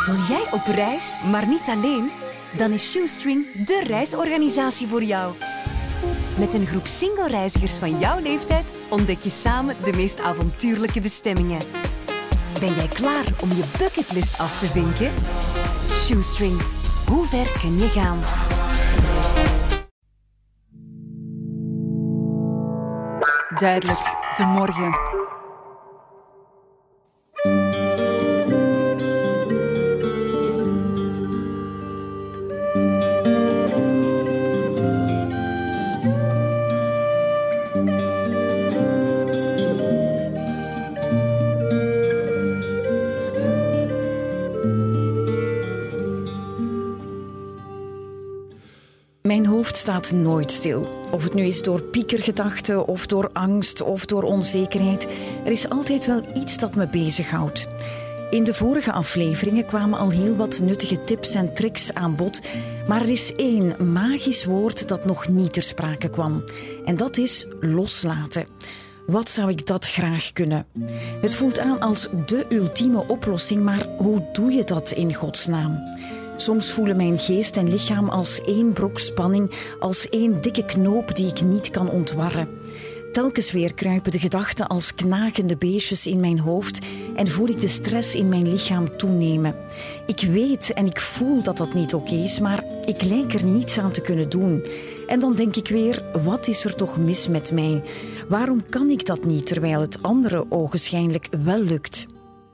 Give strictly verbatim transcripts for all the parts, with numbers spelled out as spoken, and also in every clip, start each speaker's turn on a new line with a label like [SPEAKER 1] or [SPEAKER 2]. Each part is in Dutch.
[SPEAKER 1] Wil jij op reis, maar niet alleen? Dan is Shoestring de reisorganisatie voor jou. Met een groep single-reizigers van jouw leeftijd ontdek je samen de meest avontuurlijke bestemmingen. Ben jij klaar om je bucketlist af te vinken? Shoestring. Hoe ver kun je gaan?
[SPEAKER 2] Duidelijk, de morgen.
[SPEAKER 3] Mijn hoofd staat nooit stil. Of het nu is door piekergedachten of door angst of door onzekerheid. Er is altijd wel iets dat me bezighoudt. In de vorige afleveringen kwamen al heel wat nuttige tips en tricks aan bod. Maar er is één magisch woord dat nog niet ter sprake kwam. En dat is loslaten. Wat zou ik dat graag kunnen? Het voelt aan als de ultieme oplossing, maar hoe doe je dat in godsnaam? Soms voelen mijn geest en lichaam als één brok spanning, als één dikke knoop die ik niet kan ontwarren. Telkens weer kruipen de gedachten als knagende beestjes in mijn hoofd en voel ik de stress in mijn lichaam toenemen. Ik weet en ik voel dat dat niet oké is, maar ik lijk er niets aan te kunnen doen. En dan denk ik weer, wat is er toch mis met mij? Waarom kan ik dat niet, terwijl het anderen ogenschijnlijk wel lukt?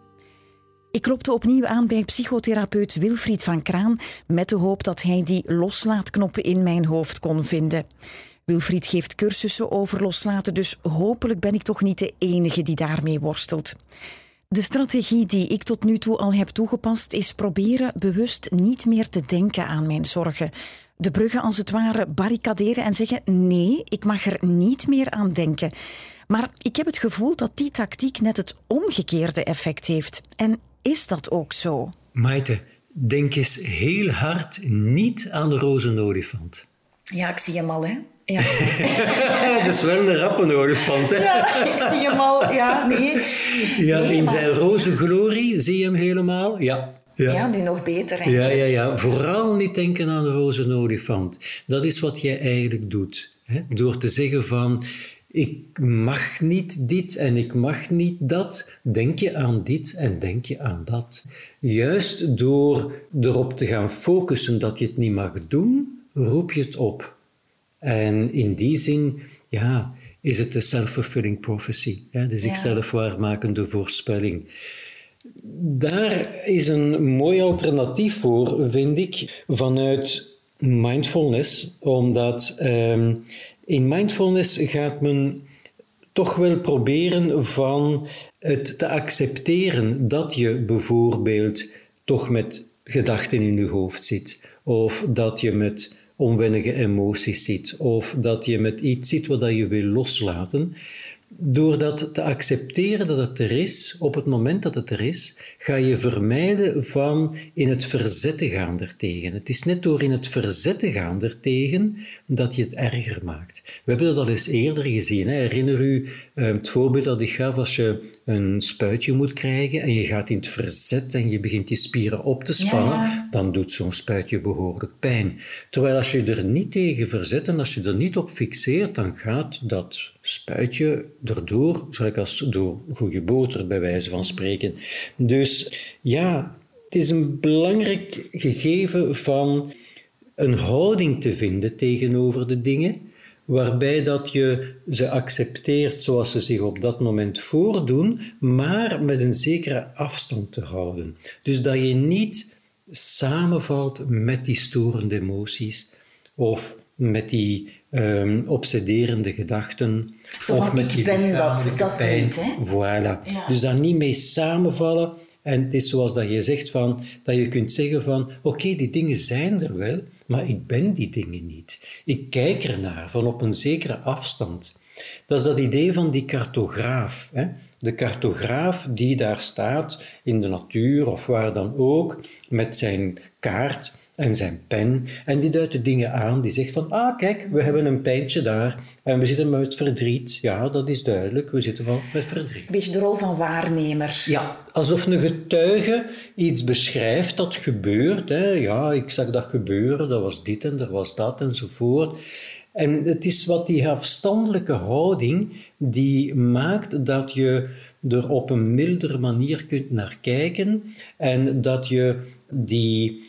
[SPEAKER 3] Ik klopte opnieuw aan bij psychotherapeut Wilfried van Kraan met de hoop dat hij die loslaatknoppen in mijn hoofd kon vinden. Wilfried geeft cursussen over loslaten, dus hopelijk ben ik toch niet de enige die daarmee worstelt. De strategie die ik tot nu toe al heb toegepast is proberen bewust niet meer te denken aan mijn zorgen. De bruggen als het ware barricaderen en zeggen nee, ik mag er niet meer aan denken. Maar ik heb het gevoel dat die tactiek net het omgekeerde effect heeft. En is dat ook zo?
[SPEAKER 4] Maite, denk eens heel hard niet aan de rozenolifant.
[SPEAKER 3] Ja, ik zie hem al, hè. Ja.
[SPEAKER 4] Dat is wel een rappe olifant, hè?
[SPEAKER 3] Ja, ik zie hem al. Ja, nee.
[SPEAKER 4] Ja,
[SPEAKER 3] nee
[SPEAKER 4] in
[SPEAKER 3] maar...
[SPEAKER 4] zijn roze glorie zie je hem helemaal. Ja. Ja.
[SPEAKER 3] ja, nu nog beter
[SPEAKER 4] Ja,
[SPEAKER 3] eigenlijk.
[SPEAKER 4] ja, ja. Vooral niet denken aan de rozenolifant. Dat is wat jij eigenlijk doet. Hè? Door te zeggen van... Ik mag niet dit en ik mag niet dat. Denk je aan dit en denk je aan dat. Juist door erop te gaan focussen dat je het niet mag doen, roep je het op. En in die zin, ja, is het de self-fulfilling prophecy. Hè? De zichzelf waarmakende voorspelling. Daar is een mooi alternatief voor, vind ik, vanuit mindfulness. Omdat... Um, In mindfulness gaat men toch wel proberen van het te accepteren dat je bijvoorbeeld toch met gedachten in je hoofd zit. Of dat je met onwennige emoties zit. Of dat je met iets zit wat je wil loslaten. Door dat te accepteren dat het er is, op het moment dat het er is, ga je vermijden van in het verzet te gaan ertegen. Het is net door in het verzet te gaan ertegen dat je het erger maakt. We hebben dat al eens eerder gezien. Hè. Herinner u uh, het voorbeeld dat ik gaf als je een spuitje moet krijgen en je gaat in het verzet en je begint je spieren op te spannen, ja, ja. Dan doet zo'n spuitje behoorlijk pijn. Terwijl als je er niet tegen verzet en als je er niet op fixeert, dan gaat dat spuitje erdoor, zoals als door goede boter, bij wijze van spreken. Dus ja, het is een belangrijk gegeven van een houding te vinden tegenover de dingen, waarbij dat je ze accepteert zoals ze zich op dat moment voordoen, maar met een zekere afstand te houden. Dus dat je niet samenvalt met die storende emoties of met die um, obsederende gedachten.
[SPEAKER 3] Zo
[SPEAKER 4] of
[SPEAKER 3] van,
[SPEAKER 4] met
[SPEAKER 3] ik
[SPEAKER 4] die
[SPEAKER 3] ben dat, dat
[SPEAKER 4] pijn.
[SPEAKER 3] niet, hè?
[SPEAKER 4] Voilà.
[SPEAKER 3] Ja.
[SPEAKER 4] Dus daar niet mee samenvallen. En het is zoals dat je zegt, van, dat je kunt zeggen van, oké, okay, die dingen zijn er wel, maar ik ben die dingen niet. Ik kijk ernaar van op een zekere afstand. Dat is dat idee van die cartograaf. Hè? De cartograaf die daar staat in de natuur of waar dan ook, met zijn kaart en zijn pen. En die duidt de dingen aan. Die zegt van, ah kijk, we hebben een pijntje daar. En we zitten met verdriet. Ja, dat is duidelijk. We zitten wel met verdriet.
[SPEAKER 3] Een beetje de rol van waarnemer.
[SPEAKER 4] Ja, alsof een getuige iets beschrijft dat gebeurt. Hè. Ja, ik zag dat gebeuren. Dat was dit en er was dat enzovoort. En het is wat die afstandelijke houding die maakt dat je er op een mildere manier kunt naar kijken en dat je die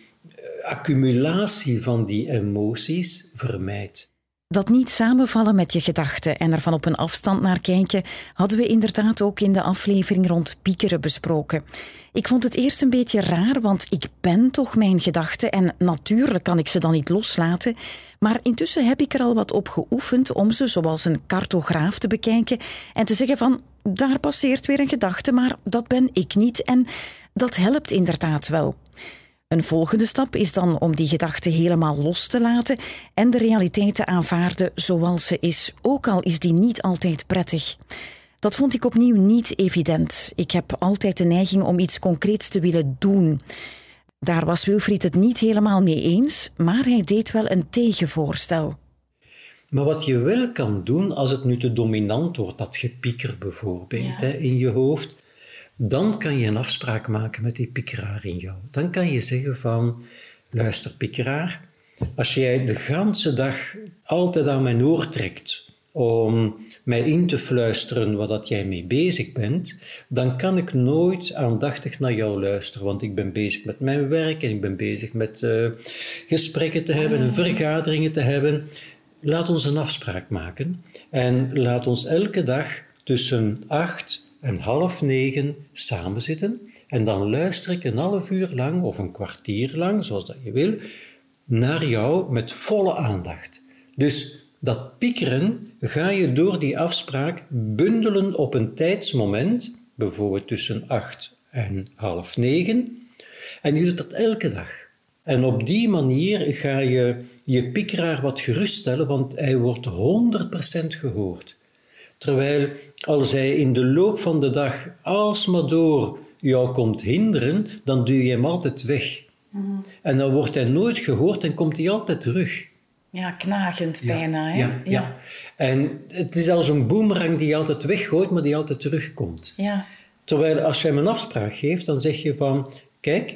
[SPEAKER 4] accumulatie van die emoties vermijdt.
[SPEAKER 3] Dat niet samenvallen met je gedachten en er van op een afstand naar kijken, hadden we inderdaad ook in de aflevering rond piekeren besproken. Ik vond het eerst een beetje raar, want ik ben toch mijn gedachten en natuurlijk kan ik ze dan niet loslaten. Maar intussen heb ik er al wat op geoefend om ze zoals een cartograaf te bekijken en te zeggen van, daar passeert weer een gedachte, maar dat ben ik niet en dat helpt inderdaad wel. Een volgende stap is dan om die gedachte helemaal los te laten en de realiteit te aanvaarden zoals ze is, ook al is die niet altijd prettig. Dat vond ik opnieuw niet evident. Ik heb altijd de neiging om iets concreets te willen doen. Daar was Wilfried het niet helemaal mee eens, maar hij deed wel een tegenvoorstel.
[SPEAKER 4] Maar wat je wel kan doen, als het nu te dominant wordt, dat gepieker bijvoorbeeld, ja. hè, in je hoofd, dan kan je een afspraak maken met die piekeraar in jou. Dan kan je zeggen van, luister piekeraar, als jij de ganse dag altijd aan mijn oor trekt om mij in te fluisteren wat dat jij mee bezig bent, dan kan ik nooit aandachtig naar jou luisteren, want ik ben bezig met mijn werk en ik ben bezig met uh, gesprekken te hebben en vergaderingen te hebben. Laat ons een afspraak maken en laat ons elke dag tussen acht en half negen samen zitten en dan luister ik een half uur lang of een kwartier lang, zoals dat je wil, naar jou met volle aandacht. Dus dat piekeren ga je door die afspraak bundelen op een tijdsmoment, bijvoorbeeld tussen acht en half negen, en je doet dat elke dag. En op die manier ga je je piekeraar wat geruststellen, want hij wordt honderd procent gehoord. Terwijl als hij in de loop van de dag alsmaar door jou komt hinderen, dan duw je hem altijd weg. Mm-hmm. En dan wordt hij nooit gehoord en komt hij altijd terug.
[SPEAKER 3] Ja, knagend
[SPEAKER 4] ja,
[SPEAKER 3] bijna. Hè?
[SPEAKER 4] Ja, ja. ja. En het is als een boemerang die je altijd weggooit, maar die altijd terugkomt.
[SPEAKER 3] Ja.
[SPEAKER 4] Terwijl als je hem een afspraak geeft, dan zeg je van, kijk,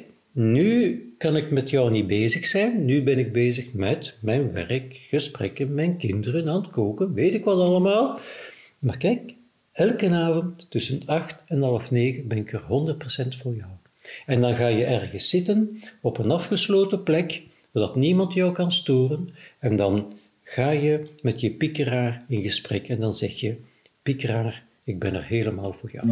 [SPEAKER 4] nu kan ik met jou niet bezig zijn. Nu ben ik bezig met mijn werk, gesprekken, mijn kinderen, aan het koken, weet ik wat allemaal. Maar kijk, elke avond tussen acht en half negen ben ik er honderd procent voor jou. En dan ga je ergens zitten op een afgesloten plek, zodat niemand jou kan storen. En dan ga je met je piekeraar in gesprek en dan zeg je, piekeraar, ik ben er helemaal voor jou.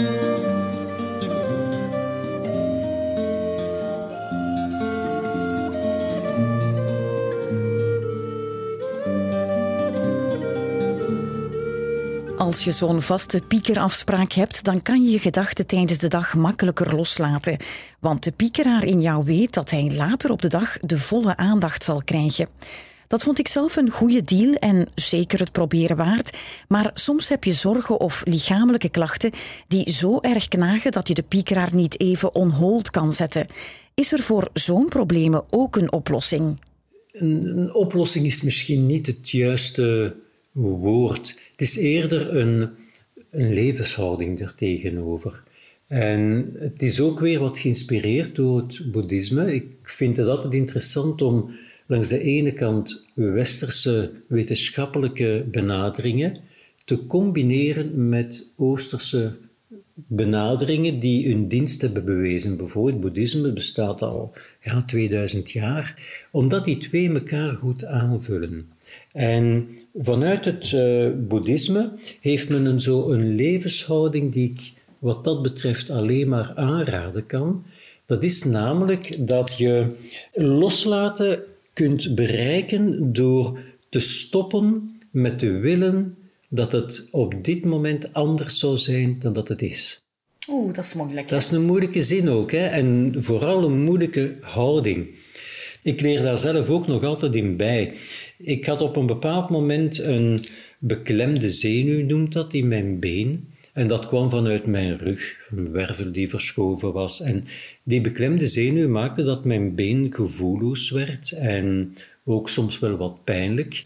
[SPEAKER 3] Als je zo'n vaste piekerafspraak hebt, dan kan je je gedachten tijdens de dag makkelijker loslaten. Want de piekeraar in jou weet dat hij later op de dag de volle aandacht zal krijgen. Dat vond ik zelf een goede deal en zeker het proberen waard. Maar soms heb je zorgen of lichamelijke klachten die zo erg knagen dat je de piekeraar niet even on hold kan zetten. Is er voor zo'n problemen ook een oplossing?
[SPEAKER 4] Een, een oplossing is misschien niet het juiste woord. Het is eerder een, een levenshouding daartegenover. En het is ook weer wat geïnspireerd door het boeddhisme. Ik vind het altijd interessant om langs de ene kant westerse wetenschappelijke benaderingen te combineren met oosterse benaderingen die hun dienst hebben bewezen. Bijvoorbeeld, boeddhisme bestaat al ja, tweeduizend jaar, omdat die twee elkaar goed aanvullen. En vanuit het uh, boeddhisme heeft men een, zo een levenshouding die ik wat dat betreft alleen maar aanraden kan. Dat is namelijk dat je loslaten kunt bereiken door te stoppen met te willen dat het op dit moment anders zou zijn dan dat het is.
[SPEAKER 3] Oeh, dat is moeilijk.
[SPEAKER 4] Dat is een moeilijke zin ook, hè? En vooral een moeilijke houding. Ik leer daar zelf ook nog altijd in bij. Ik had op een bepaald moment een beklemde zenuw, noemt dat, in mijn been. En dat kwam vanuit mijn rug, een wervel die verschoven was. En die beklemde zenuw maakte dat mijn been gevoelloos werd en ook soms wel wat pijnlijk.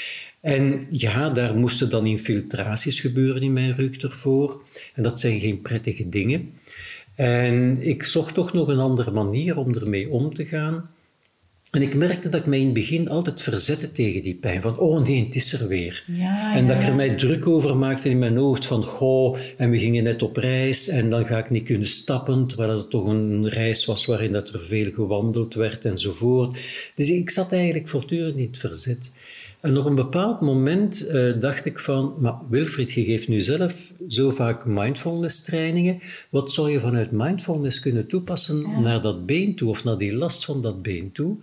[SPEAKER 4] En ja, daar moesten dan infiltraties gebeuren in mijn rug ervoor. En dat zijn geen prettige dingen. En ik zocht toch nog een andere manier om ermee om te gaan. En ik merkte dat ik mij in het begin altijd verzette tegen die pijn. Van, oh nee, het is er weer.
[SPEAKER 3] Ja,
[SPEAKER 4] en
[SPEAKER 3] ja,
[SPEAKER 4] dat ik
[SPEAKER 3] ja.
[SPEAKER 4] er mij druk over maakte in mijn hoofd. Van, goh, en we gingen net op reis en dan ga ik niet kunnen stappen. Terwijl het toch een reis was waarin dat er veel gewandeld werd enzovoort. Dus ik zat eigenlijk voortdurend in het verzet. En op een bepaald moment uh, dacht ik van, maar Wilfried, je geeft nu zelf zo vaak mindfulness trainingen. Wat zou je vanuit mindfulness kunnen toepassen ja. naar dat been toe of naar die last van dat been toe?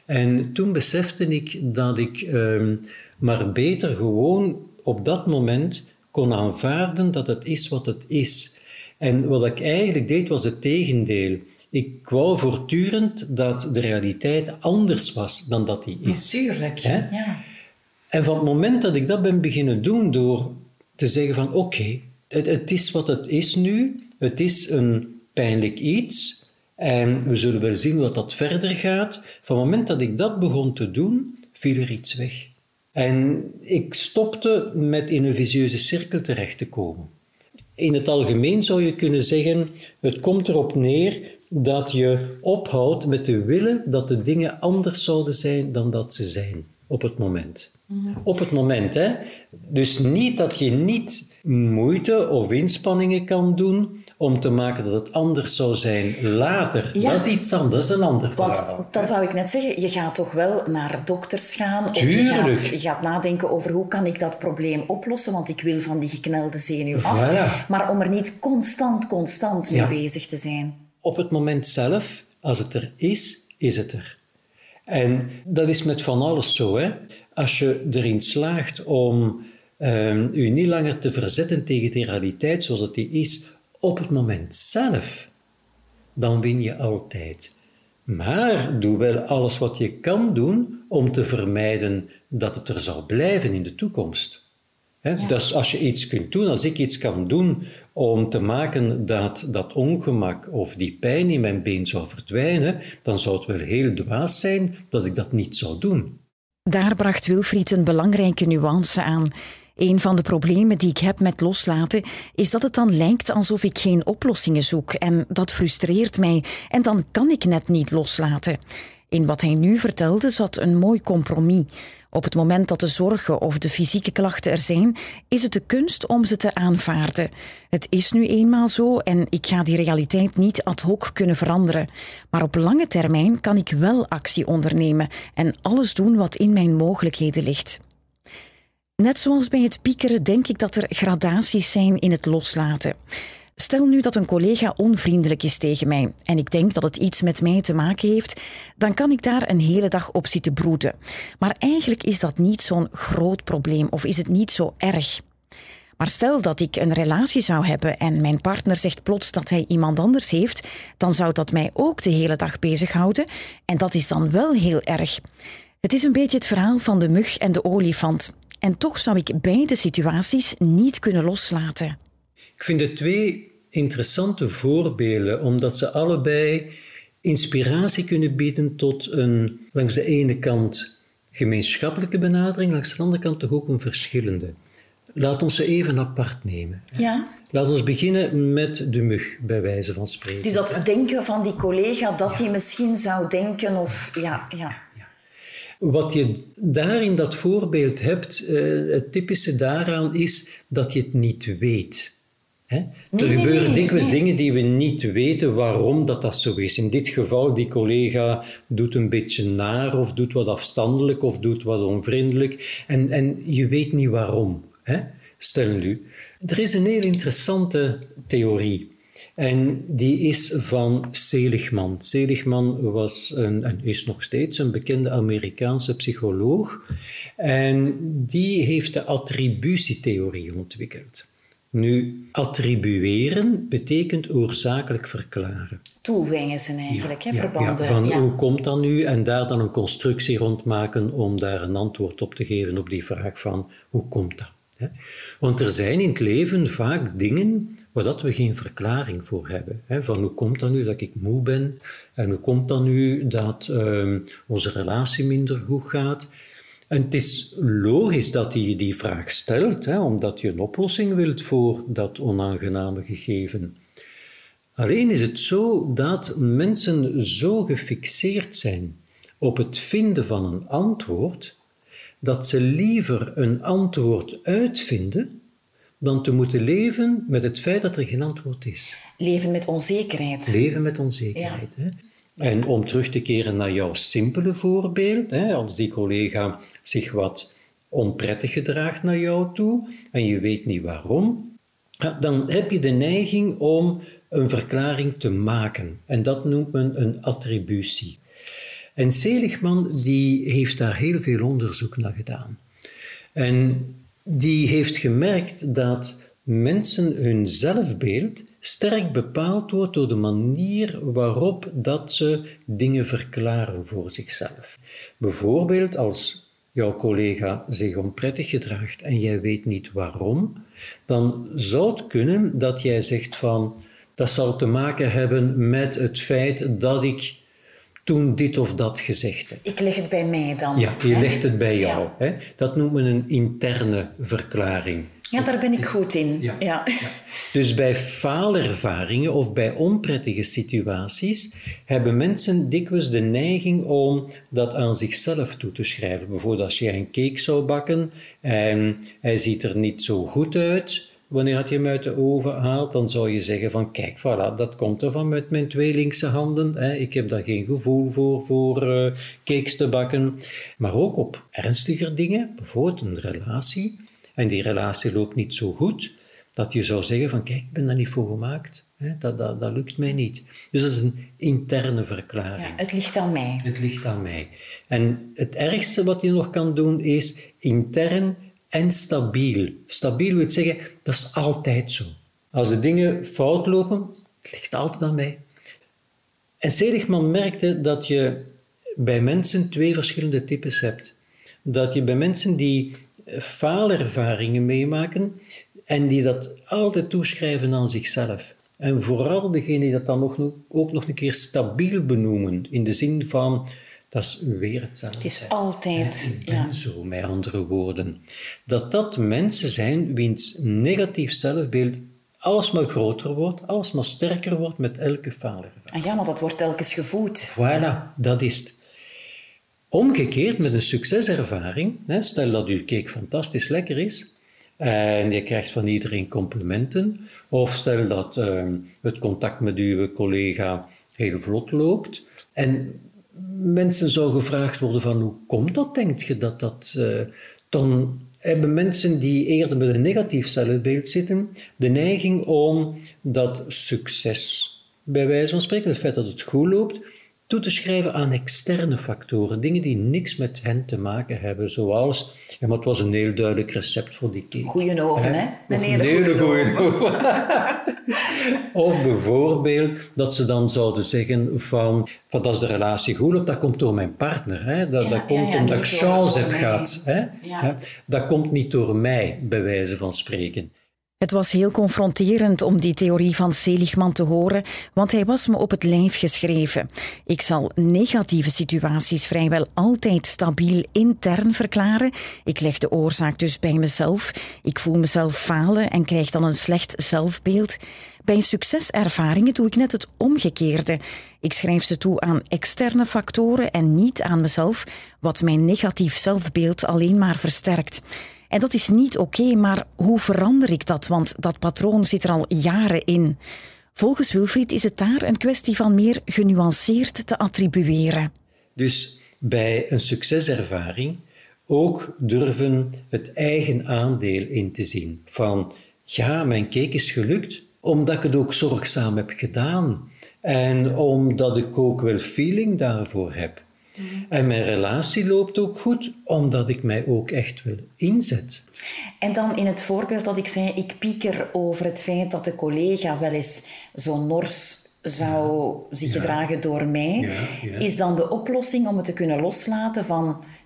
[SPEAKER 4] En toen besefte ik dat ik um, maar beter gewoon op dat moment kon aanvaarden dat het is wat het is. En wat ik eigenlijk deed was het tegendeel. Ik wou voortdurend dat de realiteit anders was dan dat die is.
[SPEAKER 3] Natuurlijk, ja.
[SPEAKER 4] En van het moment dat ik dat ben beginnen doen door te zeggen van oké, okay, het, het is wat het is nu, het is een pijnlijk iets en we zullen wel zien wat dat verder gaat. Van het moment dat ik dat begon te doen, viel er iets weg. En ik stopte met in een vicieuze cirkel terecht te komen. In het algemeen zou je kunnen zeggen, het komt erop neer dat je ophoudt met te willen dat de dingen anders zouden zijn dan dat ze zijn op het moment. Op het moment, hè. Dus niet dat je niet moeite of inspanningen kan doen om te maken dat het anders zou zijn later.
[SPEAKER 3] Ja.
[SPEAKER 4] Dat is iets anders, een ander
[SPEAKER 3] Want
[SPEAKER 4] verhaal.
[SPEAKER 3] dat wou ik net zeggen, je gaat toch wel naar dokters gaan?
[SPEAKER 4] Tuurlijk.
[SPEAKER 3] Of je gaat, je gaat nadenken over hoe kan ik dat probleem oplossen, want ik wil van die geknelde zenuw af.
[SPEAKER 4] Voilà.
[SPEAKER 3] Maar om er niet constant, constant mee
[SPEAKER 4] Ja.
[SPEAKER 3] bezig te zijn.
[SPEAKER 4] Op het moment zelf, als het er is, is het er. En dat is met van alles zo, hè. Als je erin slaagt om um, je niet langer te verzetten tegen de realiteit zoals het die is, op het moment zelf, dan win je altijd. Maar doe wel alles wat je kan doen om te vermijden dat het er zal blijven in de toekomst. He? Ja. Dus als je iets kunt doen, als ik iets kan doen om te maken dat dat ongemak of die pijn in mijn been zou verdwijnen, dan zou het wel heel dwaas zijn dat ik dat niet zou doen.
[SPEAKER 3] Daar bracht Wilfried een belangrijke nuance aan. Een van de problemen die ik heb met loslaten is dat het dan lijkt alsof ik geen oplossingen zoek en dat frustreert mij en dan kan ik net niet loslaten. In wat hij nu vertelde zat een mooi compromis. Op het moment dat de zorgen of de fysieke klachten er zijn, is het de kunst om ze te aanvaarden. Het is nu eenmaal zo en ik ga die realiteit niet ad hoc kunnen veranderen. Maar op lange termijn kan ik wel actie ondernemen en alles doen wat in mijn mogelijkheden ligt. Net zoals bij het piekeren denk ik dat er gradaties zijn in het loslaten. Stel nu dat een collega onvriendelijk is tegen mij en ik denk dat het iets met mij te maken heeft, dan kan ik daar een hele dag op zitten broeden. Maar eigenlijk is dat niet zo'n groot probleem of is het niet zo erg. Maar stel dat ik een relatie zou hebben en mijn partner zegt plots dat hij iemand anders heeft, dan zou dat mij ook de hele dag bezighouden en dat is dan wel heel erg. Het is een beetje het verhaal van de mug en de olifant. En toch zou ik beide situaties niet kunnen loslaten.
[SPEAKER 4] Ik vind het twee interessante voorbeelden, omdat ze allebei inspiratie kunnen bieden tot een, langs de ene kant gemeenschappelijke benadering, langs de andere kant toch ook een verschillende. Laat ons ze even apart nemen.
[SPEAKER 3] Ja.
[SPEAKER 4] Laat ons beginnen met de mug, bij wijze van spreken.
[SPEAKER 3] Dus dat denken van die collega, dat hij ja. misschien zou denken of... Ja, ja.
[SPEAKER 4] Wat je daar in dat voorbeeld hebt, uh, het typische daaraan is dat je het niet weet. Hè?
[SPEAKER 3] Nee,
[SPEAKER 4] er gebeuren
[SPEAKER 3] nee, nee,
[SPEAKER 4] dikwijls
[SPEAKER 3] nee.
[SPEAKER 4] dingen die we niet weten waarom dat, dat zo is. In dit geval, die collega doet een beetje naar of doet wat afstandelijk of doet wat onvriendelijk. En, en je weet niet waarom. Hè? Stel nu, er is een heel interessante theorie. En die is van Seligman. Seligman was een, en is nog steeds een bekende Amerikaanse psycholoog. En die heeft de attributietheorie ontwikkeld. Nu, attribueren betekent oorzakelijk verklaren.
[SPEAKER 3] Toewijzen eigenlijk,
[SPEAKER 4] ja,
[SPEAKER 3] hè,
[SPEAKER 4] ja,
[SPEAKER 3] verbanden.
[SPEAKER 4] Ja, van
[SPEAKER 3] ja.
[SPEAKER 4] hoe komt dat nu? En daar dan een constructie rond maken om daar een antwoord op te geven op die vraag van hoe komt dat? Hè? Want er zijn in het leven vaak dingen waar dat we geen verklaring voor hebben. Hè? Van hoe komt dat nu dat ik moe ben? En hoe komt dat nu dat uh, onze relatie minder goed gaat? En het is logisch dat je die vraag stelt, hè, omdat je een oplossing wilt voor dat onaangename gegeven. Alleen is het zo dat mensen zo gefixeerd zijn op het vinden van een antwoord, dat ze liever een antwoord uitvinden dan te moeten leven met het feit dat er geen antwoord is.
[SPEAKER 3] Leven met onzekerheid.
[SPEAKER 4] Leven met onzekerheid. Ja. Hè. En om terug te keren naar jouw simpele voorbeeld, hè, als die collega zich wat onprettig gedraagt naar jou toe en je weet niet waarom, dan heb je de neiging om een verklaring te maken. En dat noemt men een attributie. En Seligman die heeft daar heel veel onderzoek naar gedaan. En die heeft gemerkt dat mensen hun zelfbeeld sterk bepaald wordt door de manier waarop dat ze dingen verklaren voor zichzelf. Bijvoorbeeld als jouw collega zich onprettig gedraagt en jij weet niet waarom, dan zou het kunnen dat jij zegt van dat zal te maken hebben met het feit dat ik toen dit of dat gezegd heb.
[SPEAKER 3] Ik leg het bij mij dan.
[SPEAKER 4] Ja, je
[SPEAKER 3] hè?
[SPEAKER 4] legt het bij jou.
[SPEAKER 3] Ja.
[SPEAKER 4] Hè? Dat noemt men een interne verklaring.
[SPEAKER 3] Ja, daar ben ik goed in. Ja. Ja.
[SPEAKER 4] Ja. Dus bij faalervaringen of bij onprettige situaties hebben mensen dikwijls de neiging om dat aan zichzelf toe te schrijven. Bijvoorbeeld als je een cake zou bakken en hij ziet er niet zo goed uit. Wanneer had je hem uit de oven haalt, dan zou je zeggen van kijk, voilà, dat komt ervan met mijn twee linkse handen. Hè. Ik heb daar geen gevoel voor, voor uh, cakes te bakken. Maar ook op ernstiger dingen, bijvoorbeeld een relatie. En die relatie loopt niet zo goed, dat je zou zeggen van kijk, ik ben daar niet voor gemaakt. Hè. Dat, dat, dat lukt mij niet. Dus dat is een interne verklaring.
[SPEAKER 3] Ja, het ligt aan mij.
[SPEAKER 4] Het ligt aan mij. En het ergste wat je nog kan doen is intern en stabiel. Stabiel wil zeggen, dat is altijd zo. Als de dingen fout lopen, het ligt altijd aan mij. En Seligman merkte dat je bij mensen twee verschillende types hebt. Dat je bij mensen die faalervaringen meemaken en die dat altijd toeschrijven aan zichzelf. En vooral degenen die dat dan nog, ook nog een keer stabiel benoemen, in de zin van dat is weer hetzelfde.
[SPEAKER 3] Het is altijd,
[SPEAKER 4] en,
[SPEAKER 3] ja.
[SPEAKER 4] En zo, met andere woorden. Dat dat mensen zijn wiens negatief zelfbeeld alsmaar groter wordt, alsmaar sterker wordt met elke faalervaring.
[SPEAKER 3] Ah ja, want dat wordt telkens gevoed.
[SPEAKER 4] Voilà, dat is het. Omgekeerd met een succeservaring, hè, stel dat uw cake fantastisch lekker is en je krijgt van iedereen complimenten, of stel dat uh, het contact met uw collega heel vlot loopt en mensen zou gevraagd worden van hoe komt dat, denkt je dat dat... Uh, dan hebben mensen die eerder met een negatief zelfbeeld zitten de neiging om dat succes, bij wijze van spreken, het feit dat het goed loopt, toe te schrijven aan externe factoren, dingen die niks met hen te maken hebben, zoals, ja, maar het was een heel duidelijk recept voor die cake.
[SPEAKER 3] Goeie oven, hè? Een
[SPEAKER 4] Of
[SPEAKER 3] hele,
[SPEAKER 4] hele
[SPEAKER 3] goeie
[SPEAKER 4] goeie
[SPEAKER 3] oven.
[SPEAKER 4] oven. Of bijvoorbeeld dat ze dan zouden zeggen van, van dat is de relatie goed loopt, dat komt door mijn partner. Hè? Dat,
[SPEAKER 3] Ja,
[SPEAKER 4] dat komt
[SPEAKER 3] ja, ja,
[SPEAKER 4] omdat ik
[SPEAKER 3] niet door-
[SPEAKER 4] chance
[SPEAKER 3] door
[SPEAKER 4] heb
[SPEAKER 3] mij.
[SPEAKER 4] gehad. Hè?
[SPEAKER 3] Ja.
[SPEAKER 4] Ja, dat komt niet door mij, bij wijze van spreken.
[SPEAKER 3] Het was heel confronterend om die theorie van Seligman te horen, want hij was me op het lijf geschreven. Ik zal negatieve situaties vrijwel altijd stabiel intern verklaren. Ik leg de oorzaak dus bij mezelf. Ik voel mezelf falen en krijg dan een slecht zelfbeeld. Bij succeservaringen doe ik net het omgekeerde. Ik schrijf ze toe aan externe factoren en niet aan mezelf, wat mijn negatief zelfbeeld alleen maar versterkt. En dat is niet oké, okay, maar hoe verander ik dat? Want dat patroon zit er al jaren in. Volgens Wilfried is het daar een kwestie van meer genuanceerd te attribueren.
[SPEAKER 4] Dus bij een succeservaring ook durven het eigen aandeel in te zien. Van, ja, mijn cake is gelukt, omdat ik het ook zorgzaam heb gedaan. En omdat ik ook wel feeling daarvoor heb. Mm. En mijn relatie loopt ook goed, omdat ik mij ook echt wil inzet.
[SPEAKER 3] En dan in het voorbeeld dat ik zei, ik pieker over het feit dat de collega wel eens zo nors zou zich ja. gedragen door mij. Ja, ja. Is dan de oplossing om het te kunnen loslaten van,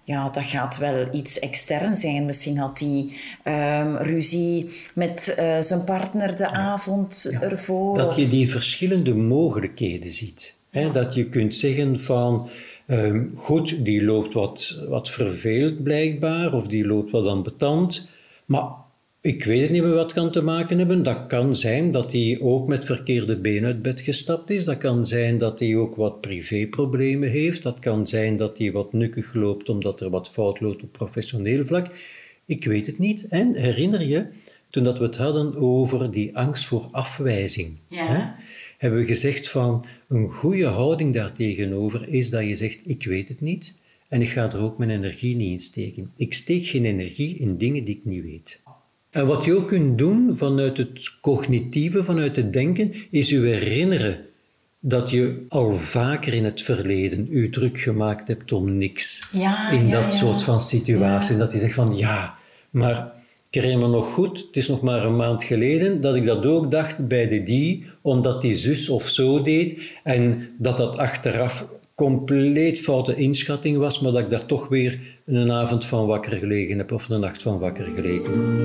[SPEAKER 3] ja, dat gaat wel iets extern zijn. Misschien had hij um, ruzie met uh, zijn partner de ja. avond ja. ervoor.
[SPEAKER 4] Dat je die verschillende mogelijkheden ziet. Ja. Hè? Dat je kunt zeggen van... Um, goed, die loopt wat, wat verveeld blijkbaar, of die loopt wat ambetant, maar ik weet het niet meer wat kan te maken hebben. Dat kan zijn dat hij ook met verkeerde been uit bed gestapt is, dat kan zijn dat hij ook wat privéproblemen heeft, dat kan zijn dat hij wat nukkig loopt omdat er wat fout loopt op professioneel vlak. Ik weet het niet. En herinner je, toen dat we het hadden over die angst voor afwijzing,
[SPEAKER 3] ja.
[SPEAKER 4] hè, hebben we gezegd van een goede houding daartegenover is dat je zegt, ik weet het niet en ik ga er ook mijn energie niet in steken. Ik steek geen energie in dingen die ik niet weet. En wat je ook kunt doen vanuit het cognitieve, vanuit het denken, is je herinneren dat je al vaker in het verleden je druk gemaakt hebt om niks.
[SPEAKER 3] Ja,
[SPEAKER 4] in
[SPEAKER 3] ja,
[SPEAKER 4] dat
[SPEAKER 3] ja.
[SPEAKER 4] soort van situaties.
[SPEAKER 3] Ja.
[SPEAKER 4] Dat je zegt van ja, maar... Ik herinner me nog goed, het is nog maar een maand geleden, dat ik dat ook dacht bij de die, omdat die zus of zo deed, en dat dat achteraf compleet foute inschatting was, maar dat ik daar toch weer een avond van wakker gelegen heb, of een nacht van wakker gelegen.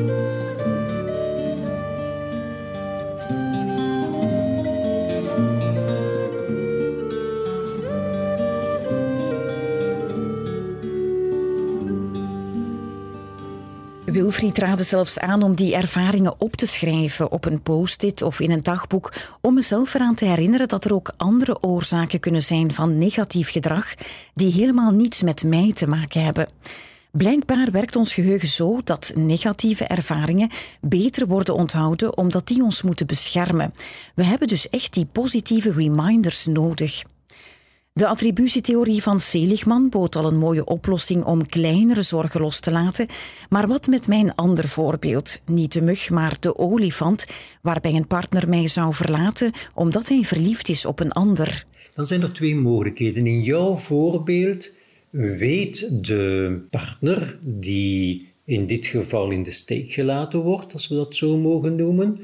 [SPEAKER 3] Wilfried raadde zelfs aan om die ervaringen op te schrijven op een post-it of in een dagboek, om mezelf eraan te herinneren dat er ook andere oorzaken kunnen zijn van negatief gedrag die helemaal niets met mij te maken hebben. Blijkbaar werkt ons geheugen zo dat negatieve ervaringen beter worden onthouden omdat die ons moeten beschermen. We hebben dus echt die positieve reminders nodig. De attributietheorie van Seligman bood al een mooie oplossing om kleinere zorgen los te laten. Maar wat met mijn ander voorbeeld? Niet de mug, maar de olifant, waarbij een partner mij zou verlaten omdat hij verliefd is op een ander.
[SPEAKER 4] Dan zijn er twee mogelijkheden. In jouw voorbeeld weet de partner, die in dit geval in de steek gelaten wordt, als we dat zo mogen noemen,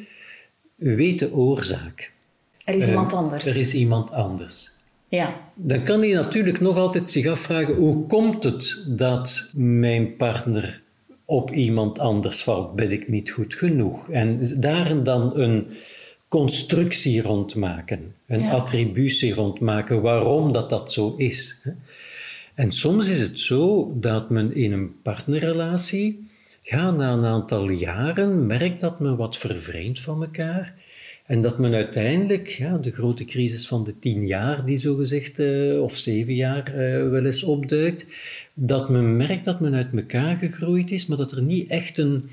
[SPEAKER 4] weet de oorzaak.
[SPEAKER 3] Er is iemand anders.
[SPEAKER 4] Uh, er is iemand anders.
[SPEAKER 3] Ja.
[SPEAKER 4] Dan kan hij natuurlijk nog altijd zich afvragen, hoe komt het dat mijn partner op iemand anders valt? Ben ik niet goed genoeg? En daar dan een constructie rondmaken, een ja. attributie rondmaken, waarom dat, dat zo is. En soms is het zo dat men in een partnerrelatie, ja, na een aantal jaren, merkt dat men wat vervreemdt van elkaar. En dat men uiteindelijk, ja, de grote crisis van de tien jaar, die zogezegd, uh, of zeven jaar uh, wel eens opduikt, dat men merkt dat men uit elkaar gegroeid is, maar dat er niet echt een,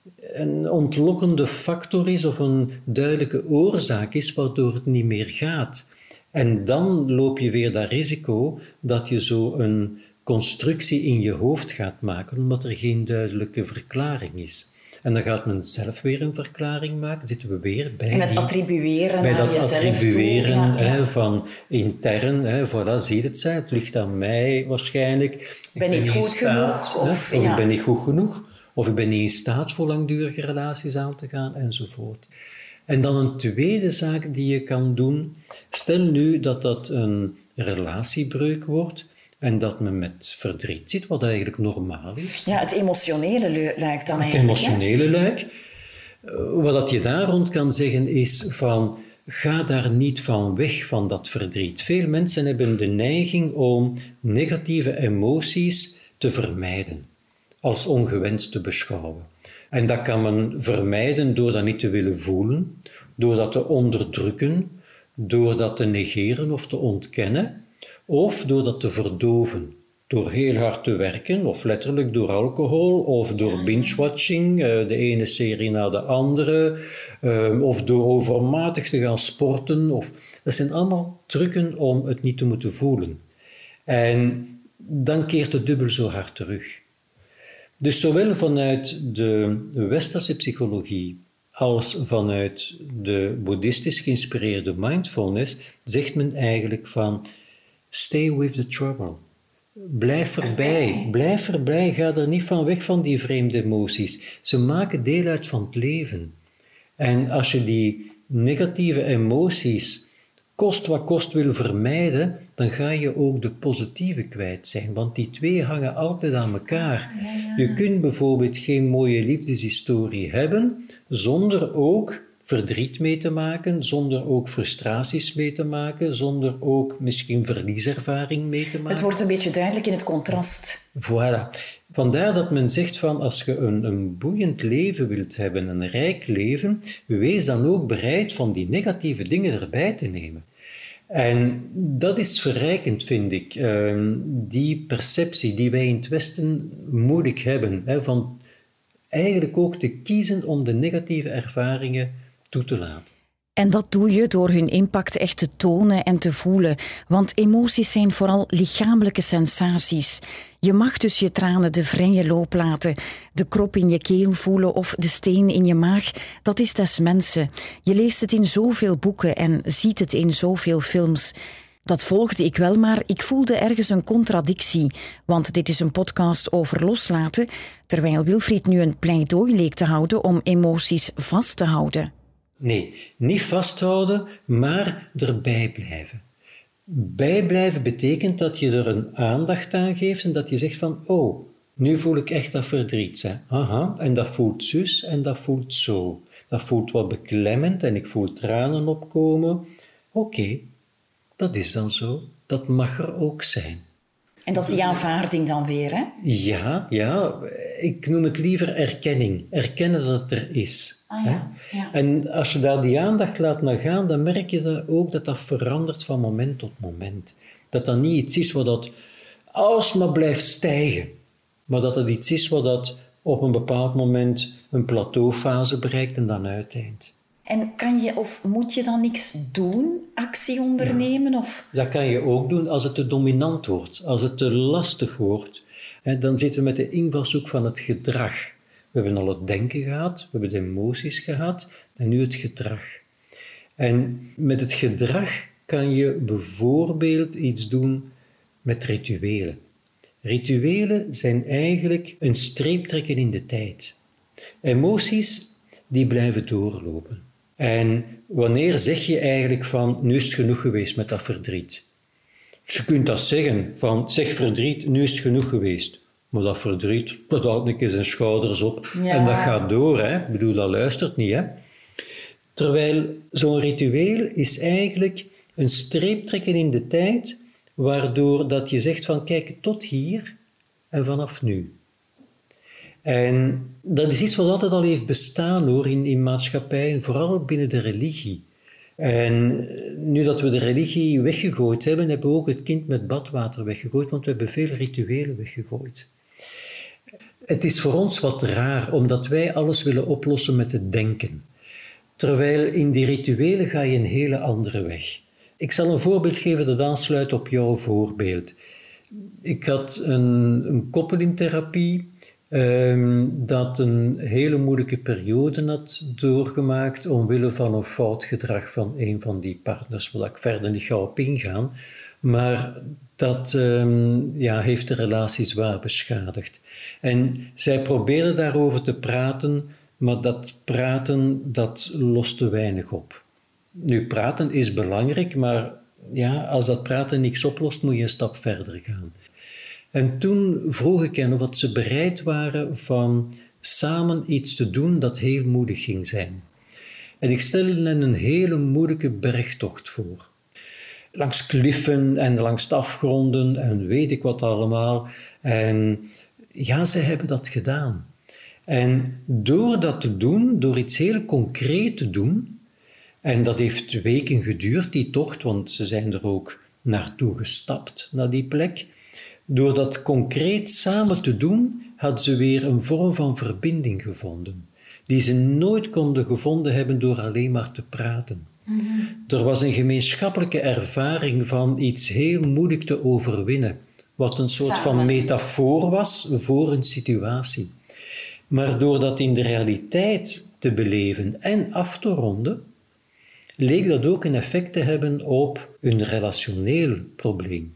[SPEAKER 4] een ontlokkende factor is of een duidelijke oorzaak is waardoor het niet meer gaat. En dan loop je weer dat risico dat je zo een constructie in je hoofd gaat maken, omdat er geen duidelijke verklaring is. En dan gaat men zelf weer een verklaring maken. Zitten we weer bij
[SPEAKER 3] En het
[SPEAKER 4] die,
[SPEAKER 3] attribueren
[SPEAKER 4] bij
[SPEAKER 3] naar
[SPEAKER 4] dat
[SPEAKER 3] jezelf
[SPEAKER 4] attribueren
[SPEAKER 3] toe. Ja, ja.
[SPEAKER 4] Hè, van intern. Hè, voilà, zie het zijn. Het ligt aan mij waarschijnlijk. Ik
[SPEAKER 3] ben niet goed
[SPEAKER 4] staat,
[SPEAKER 3] genoeg. Of,
[SPEAKER 4] hè, of
[SPEAKER 3] ja.
[SPEAKER 4] ik ben niet goed genoeg. Of ik ben niet in staat voor langdurige relaties aan te gaan, enzovoort. En dan een tweede zaak die je kan doen. Stel nu dat dat een relatiebreuk wordt. En dat men met verdriet zit, wat eigenlijk normaal is.
[SPEAKER 3] Ja, het emotionele luik dan eigenlijk.
[SPEAKER 4] Het emotionele hè? luik. Wat je daar rond kan zeggen is van, ga daar niet van weg van dat verdriet. Veel mensen hebben de neiging om negatieve emoties te vermijden, als ongewenst te beschouwen. En dat kan men vermijden door dat niet te willen voelen, door dat te onderdrukken, door dat te negeren of te ontkennen. Of door dat te verdoven, door heel hard te werken, of letterlijk door alcohol, of door binge-watching, de ene serie na de andere, of door overmatig te gaan sporten. Of, dat zijn allemaal trucken om het niet te moeten voelen. En dan keert het dubbel zo hard terug. Dus zowel vanuit de westerse psychologie als vanuit de boeddhistisch geïnspireerde mindfulness zegt men eigenlijk van stay with the trouble. Blijf erbij, blijf erbij, ga er niet van weg van die vreemde emoties. Ze maken deel uit van het leven. En als je die negatieve emoties kost wat kost wil vermijden, dan ga je ook de positieve kwijt zijn. Want die twee hangen altijd aan elkaar.
[SPEAKER 3] Ja, ja.
[SPEAKER 4] Je kunt bijvoorbeeld geen mooie liefdeshistorie hebben zonder ook verdriet mee te maken, zonder ook frustraties mee te maken, zonder ook misschien verlieservaring mee te maken.
[SPEAKER 3] Het wordt een beetje duidelijk in het contrast.
[SPEAKER 4] Voilà. Vandaar dat men zegt van als je een, een boeiend leven wilt hebben, een rijk leven, wees dan ook bereid van die negatieve dingen erbij te nemen. En dat is verrijkend, vind ik. Uh, die perceptie die wij in het Westen moeilijk hebben, hè, van eigenlijk ook te kiezen om de negatieve ervaringen toe te laten.
[SPEAKER 3] En dat doe je door hun impact echt te tonen en te voelen. Want emoties zijn vooral lichamelijke sensaties. Je mag dus je tranen de vrije loop laten, de krop in je keel voelen of de steen in je maag. Dat is des mensen. Je leest het in zoveel boeken en ziet het in zoveel films. Dat volgde ik wel, maar ik voelde ergens een contradictie. Want dit is een podcast over loslaten, terwijl Wilfried nu een pleidooi leek te houden om emoties vast te houden.
[SPEAKER 4] Nee, niet vasthouden, maar erbij blijven. Bijblijven betekent dat je er een aandacht aan geeft en dat je zegt van, oh, nu voel ik echt dat verdriet. Hè? Aha, en dat voelt zus en dat voelt zo. Dat voelt wat beklemmend en ik voel tranen opkomen. Oké, okay, dat is dan zo. Dat mag er ook zijn.
[SPEAKER 3] En dat is die aanvaarding dan weer, hè?
[SPEAKER 4] Ja, ja. Ik noem het liever erkenning. Erkennen dat het er is.
[SPEAKER 3] Ah, ja. Ja.
[SPEAKER 4] En als je daar die aandacht laat naar gaan, dan merk je dat ook dat dat verandert van moment tot moment. Dat dat niet iets is wat dat alsmaar blijft stijgen. Maar dat het iets is wat dat op een bepaald moment een plateaufase bereikt en dan uiteindt.
[SPEAKER 3] En kan je of moet je dan niks doen, actie ondernemen?
[SPEAKER 4] Ja.
[SPEAKER 3] Of?
[SPEAKER 4] Dat kan je ook doen als het te dominant wordt, als het te lastig wordt. En dan zitten we met de invalshoek van het gedrag. We hebben al het denken gehad, we hebben de emoties gehad en nu het gedrag. En met het gedrag kan je bijvoorbeeld iets doen met rituelen. Rituelen zijn eigenlijk een streeptrekken in de tijd. Emoties die blijven doorlopen. En wanneer zeg je eigenlijk van, nu is het genoeg geweest met dat verdriet? Je kunt dat zeggen, van, zeg verdriet, nu is het genoeg geweest. Maar dat verdriet, dat houdt een keer zijn schouders op. Ja. En dat gaat door, hè. Ik bedoel, dat luistert niet, hè. Terwijl zo'n ritueel is eigenlijk een streeptrekken in de tijd, waardoor dat je zegt van, kijk, tot hier en vanaf nu. En dat is iets wat altijd al heeft bestaan hoor, in, in maatschappijen, vooral binnen de religie. En nu dat we de religie weggegooid hebben, hebben we ook het kind met badwater weggegooid, want we hebben veel rituelen weggegooid. Het is voor ons wat raar, omdat wij alles willen oplossen met het denken. Terwijl in die rituelen ga je een hele andere weg. Ik zal een voorbeeld geven dat aansluit op jouw voorbeeld. Ik had een, een koppel in therapie um, dat een hele moeilijke periode had doorgemaakt omwille van een fout gedrag van een van die partners, waar ik verder niet ga op ingaan. Maar dat um, ja, heeft de relatie zwaar beschadigd. En zij probeerde daarover te praten, maar dat praten, dat loste weinig op. Nu, praten is belangrijk, maar ja, als dat praten niks oplost, moet je een stap verder gaan. En toen vroeg ik hen of ze bereid waren van samen iets te doen dat heel moedig ging zijn. En ik stelde hen een hele moeilijke bergtocht voor. Langs kliffen en langs afgronden en weet ik wat allemaal. En ja, ze hebben dat gedaan. En door dat te doen, door iets heel concreet te doen, en dat heeft weken geduurd, die tocht, want ze zijn er ook naartoe gestapt, naar die plek. Door dat concreet samen te doen, hadden ze weer een vorm van verbinding gevonden, die ze nooit konden gevonden hebben door alleen maar te praten. Mm-hmm. Er was een gemeenschappelijke ervaring van iets heel moeilijk te overwinnen, wat een soort samen. Van metafoor was voor een situatie. Maar door dat in de realiteit te beleven en af te ronden, leek dat ook een effect te hebben op een relationeel probleem.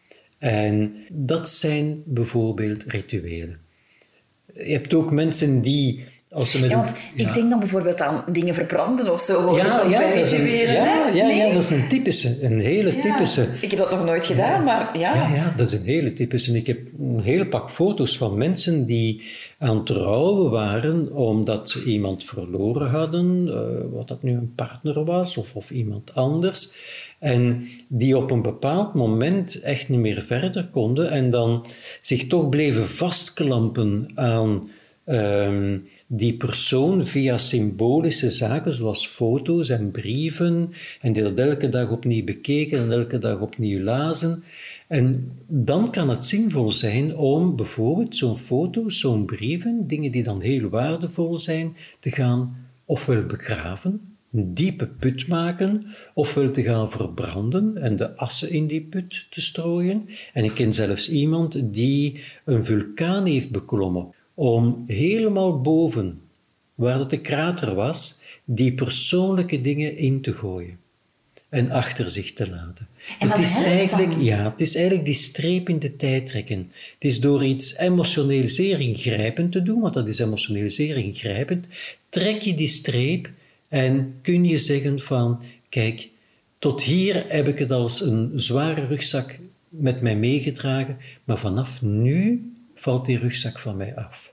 [SPEAKER 4] En dat zijn bijvoorbeeld rituelen. Je hebt ook mensen die Als ze met
[SPEAKER 3] Ja,
[SPEAKER 4] een-
[SPEAKER 3] want
[SPEAKER 4] ja.
[SPEAKER 3] ik denk dan bijvoorbeeld aan dingen verbranden of zo. Hoor
[SPEAKER 4] Ja,
[SPEAKER 3] ik toch
[SPEAKER 4] ja,
[SPEAKER 3] bij
[SPEAKER 4] dat is een,
[SPEAKER 3] rituelen,
[SPEAKER 4] ja,
[SPEAKER 3] hè?
[SPEAKER 4] ja,
[SPEAKER 3] Nee?
[SPEAKER 4] ja, dat is een typische, een hele
[SPEAKER 3] Ja.
[SPEAKER 4] typische.
[SPEAKER 3] Ik heb dat nog nooit gedaan, maar ja.
[SPEAKER 4] Ja, ja, dat is een hele typische. En ik heb een hele pak foto's van mensen die aan het rouwen waren omdat ze iemand verloren hadden, uh, wat dat nu een partner was of, of iemand anders. En die op een bepaald moment echt niet meer verder konden en dan zich toch bleven vastklampen aan um, die persoon via symbolische zaken zoals foto's en brieven en die dat elke dag opnieuw bekeken en elke dag opnieuw lazen. En dan kan het zinvol zijn om bijvoorbeeld zo'n foto, zo'n brieven, dingen die dan heel waardevol zijn, te gaan ofwel begraven, een diepe put maken, ofwel te gaan verbranden en de assen in die put te strooien. En ik ken zelfs iemand die een vulkaan heeft beklommen om helemaal boven, waar het de krater was, die persoonlijke dingen in te gooien en achter zich te laten.
[SPEAKER 3] En dat
[SPEAKER 4] het is
[SPEAKER 3] helpt
[SPEAKER 4] eigenlijk,
[SPEAKER 3] dan?
[SPEAKER 4] ja, het is eigenlijk die streep in de tijd trekken. Het is door iets emotioneel zeer ingrijpend te doen, want dat is emotioneel zeer ingrijpend, trek je die streep en kun je zeggen van, kijk, tot hier heb ik het als een zware rugzak met mij meegedragen, maar vanaf nu valt die rugzak van mij af.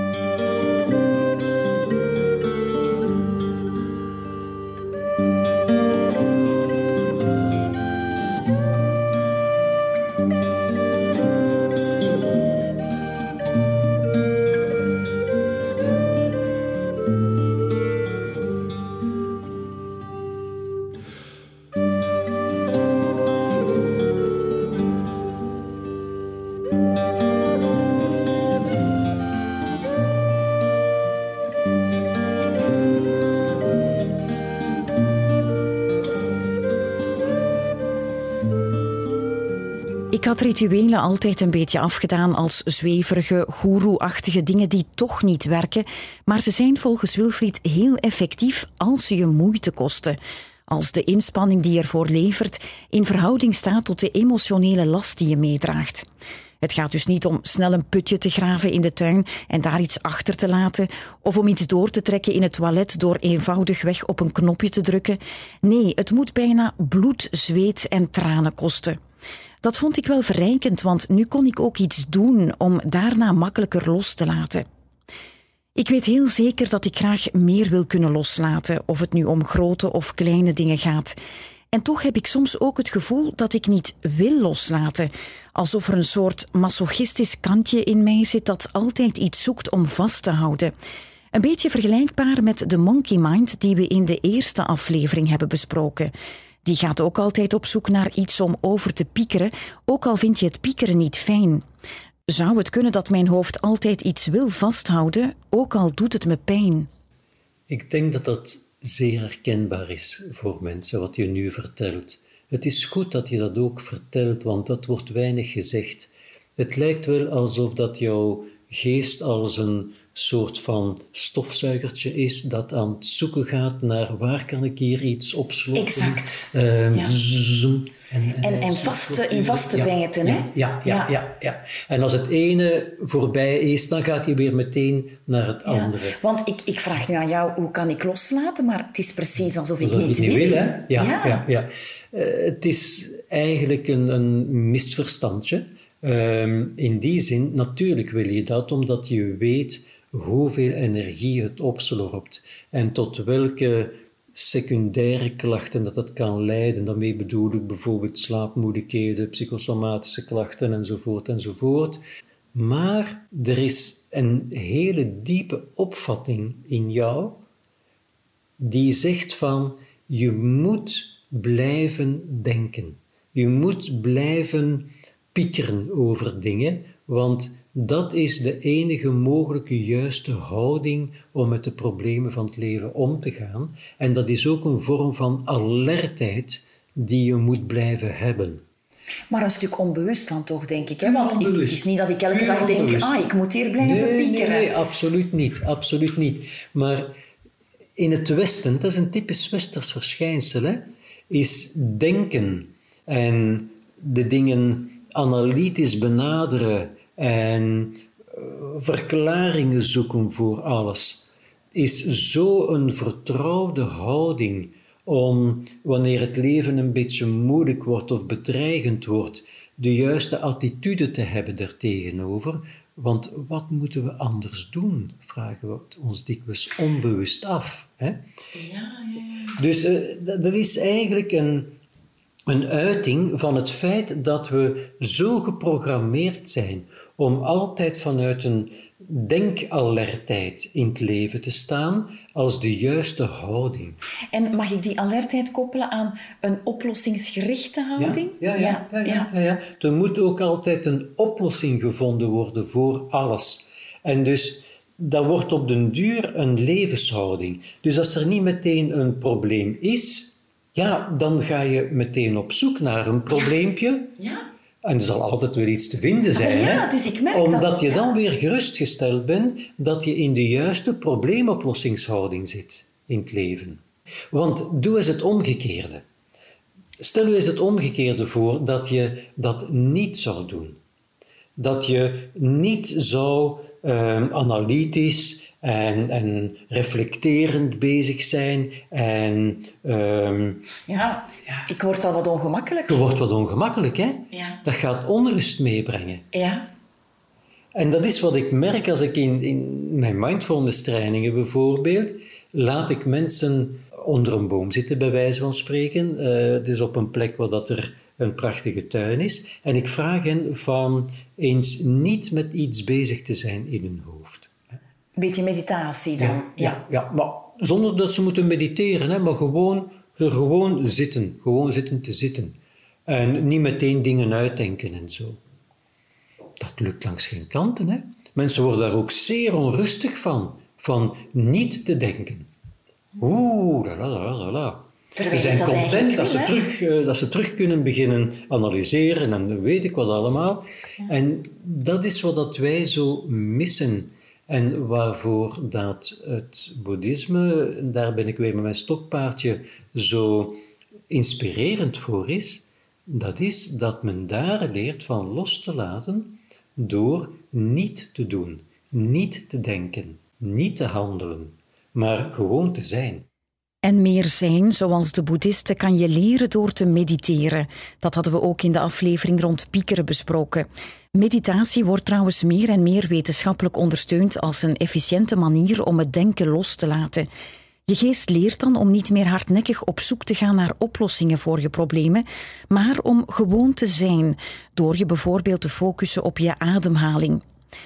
[SPEAKER 3] Ik had rituelen altijd een beetje afgedaan als zweverige, goeroe-achtige dingen die toch niet werken, maar ze zijn volgens Wilfried heel effectief als ze je moeite kosten. Als de inspanning die je ervoor levert in verhouding staat tot de emotionele last die je meedraagt. Het gaat dus niet om snel een putje te graven in de tuin en daar iets achter te laten, of om iets door te trekken in het toilet door eenvoudigweg op een knopje te drukken. Nee, het moet bijna bloed, zweet en tranen kosten. Dat vond ik wel verrijkend, want nu kon ik ook iets doen om daarna makkelijker los te laten. Ik weet heel zeker dat ik graag meer wil kunnen loslaten, of het nu om grote of kleine dingen gaat. En toch heb ik soms ook het gevoel dat ik niet wil loslaten, alsof er een soort masochistisch kantje in mij zit dat altijd iets zoekt om vast te houden. Een beetje vergelijkbaar met de monkey mind die we in de eerste aflevering hebben besproken. Die gaat ook altijd op zoek naar iets om over te piekeren, ook al vind je het piekeren niet fijn. Zou het kunnen dat mijn hoofd altijd iets wil vasthouden, ook al doet het me pijn?
[SPEAKER 4] Ik denk dat dat zeer herkenbaar is voor mensen, wat je nu vertelt. Het is goed dat je dat ook vertelt, want dat wordt weinig gezegd. Het lijkt wel alsof dat jouw geest als een soort van stofzuigertje is dat aan het zoeken gaat naar waar kan ik hier iets opsloten.
[SPEAKER 3] Exact.
[SPEAKER 4] Uh,
[SPEAKER 3] ja.
[SPEAKER 4] zoom,
[SPEAKER 3] en, en, en vaste, in vaste
[SPEAKER 4] ja,
[SPEAKER 3] bijten,
[SPEAKER 4] ja,
[SPEAKER 3] hè?
[SPEAKER 4] Ja, ja, ja, ja, ja. En als het ene voorbij is, dan gaat hij weer meteen naar het
[SPEAKER 3] ja.
[SPEAKER 4] andere.
[SPEAKER 3] Want ik, ik vraag nu aan jou, hoe kan ik loslaten? Maar het is precies alsof ik
[SPEAKER 4] dat
[SPEAKER 3] niet,
[SPEAKER 4] niet
[SPEAKER 3] wil.
[SPEAKER 4] wil hè? Ja,
[SPEAKER 3] ja.
[SPEAKER 4] ja, ja. Uh, het is eigenlijk een, een misverstandje. Um, in die zin, natuurlijk wil je dat, omdat je weet hoeveel energie het opslorpt en tot welke secundaire klachten dat het kan leiden. Daarmee bedoel ik bijvoorbeeld slaapmoeilijkheden, psychosomatische klachten enzovoort enzovoort. Maar er is een hele diepe opvatting in jou die zegt van je moet blijven denken. Je moet blijven piekeren over dingen, want dat is de enige mogelijke juiste houding om met de problemen van het leven om te gaan. En dat is ook een vorm van alertheid die je moet blijven hebben.
[SPEAKER 3] Maar een stuk onbewust dan toch, denk ik. Hè? Want ik, het is niet dat ik elke
[SPEAKER 4] Puur
[SPEAKER 3] dag denk,
[SPEAKER 4] onbewust.
[SPEAKER 3] ah, ik moet hier blijven
[SPEAKER 4] nee,
[SPEAKER 3] piekeren.
[SPEAKER 4] Nee, nee, absoluut niet. Absoluut niet. Maar in het Westen, dat is een typisch Westers verschijnsel, hè, is denken en de dingen analytisch benaderen en uh, verklaringen zoeken voor alles. is zo een vertrouwde houding om, wanneer het leven een beetje moeilijk wordt of bedreigend wordt, de juiste attitude te hebben daartegenover. Want wat moeten we anders doen, vragen we ons dikwijls onbewust af. Hè?
[SPEAKER 3] Ja, ja, ja.
[SPEAKER 4] Dus uh, dat, dat is eigenlijk een, een uiting van het feit dat we zo geprogrammeerd zijn om altijd vanuit een denkalertheid in het leven te staan als de juiste houding.
[SPEAKER 3] En mag ik die alertheid koppelen aan een oplossingsgerichte houding?
[SPEAKER 4] Ja, ja, ja, ja, ja, ja, ja. Er moet ook altijd een oplossing gevonden worden voor alles. En dus dat wordt op den duur een levenshouding. Dus als er niet meteen een probleem is, ja, dan ga je meteen op zoek naar een probleempje.
[SPEAKER 3] Ja.
[SPEAKER 4] En er zal altijd weer iets te vinden zijn.
[SPEAKER 3] Ah, ja,
[SPEAKER 4] hè?
[SPEAKER 3] dus ik merk
[SPEAKER 4] Omdat
[SPEAKER 3] dat,
[SPEAKER 4] je
[SPEAKER 3] ja.
[SPEAKER 4] dan weer gerustgesteld bent dat je in de juiste probleemoplossingshouding zit in het leven. Want doe eens het omgekeerde. Stel je eens het omgekeerde voor dat je dat niet zou doen. Dat je niet zou uh, analytisch en, en reflecterend bezig zijn en... Uh,
[SPEAKER 3] Ja, ik word al wat ongemakkelijk.
[SPEAKER 4] je wordt wat ongemakkelijk, hè?
[SPEAKER 3] Ja.
[SPEAKER 4] Dat gaat onrust meebrengen.
[SPEAKER 3] Ja.
[SPEAKER 4] En dat is wat ik merk als ik in, in mijn mindfulness trainingen bijvoorbeeld, laat ik mensen onder een boom zitten, bij wijze van spreken. Uh, het is op een plek waar dat er een prachtige tuin is. En ik vraag hen van eens niet met iets bezig te zijn in hun hoofd.
[SPEAKER 3] Een beetje meditatie dan.
[SPEAKER 4] Ja, ja, ja, maar zonder dat ze moeten mediteren, hè, maar gewoon, gewoon zitten. Gewoon zitten te zitten. En niet meteen dingen uitdenken en zo. Dat lukt langs geen kanten. Hè? Mensen worden daar ook zeer onrustig van. Van niet te denken. Oeh, la la la la la. Ze zijn
[SPEAKER 3] dat
[SPEAKER 4] content dat ze,
[SPEAKER 3] wil,
[SPEAKER 4] terug, uh, dat ze terug kunnen beginnen analyseren en weet ik wat allemaal. Ja. En dat is wat dat wij zo missen. En waarvoor dat het boeddhisme, daar ben ik weer met mijn stokpaardje, zo inspirerend voor is, dat is dat men daar leert van los te laten door niet te doen, niet te denken, niet te handelen, maar gewoon te zijn.
[SPEAKER 3] En meer zijn, zoals de boeddhisten, kan je leren door te mediteren. Dat hadden we ook in de aflevering rond piekeren besproken. Meditatie wordt trouwens meer en meer wetenschappelijk ondersteund als een efficiënte manier om het denken los te laten. Je geest leert dan om niet meer hardnekkig op zoek te gaan naar oplossingen voor je problemen, maar om gewoon te zijn, door je bijvoorbeeld te focussen op je ademhaling.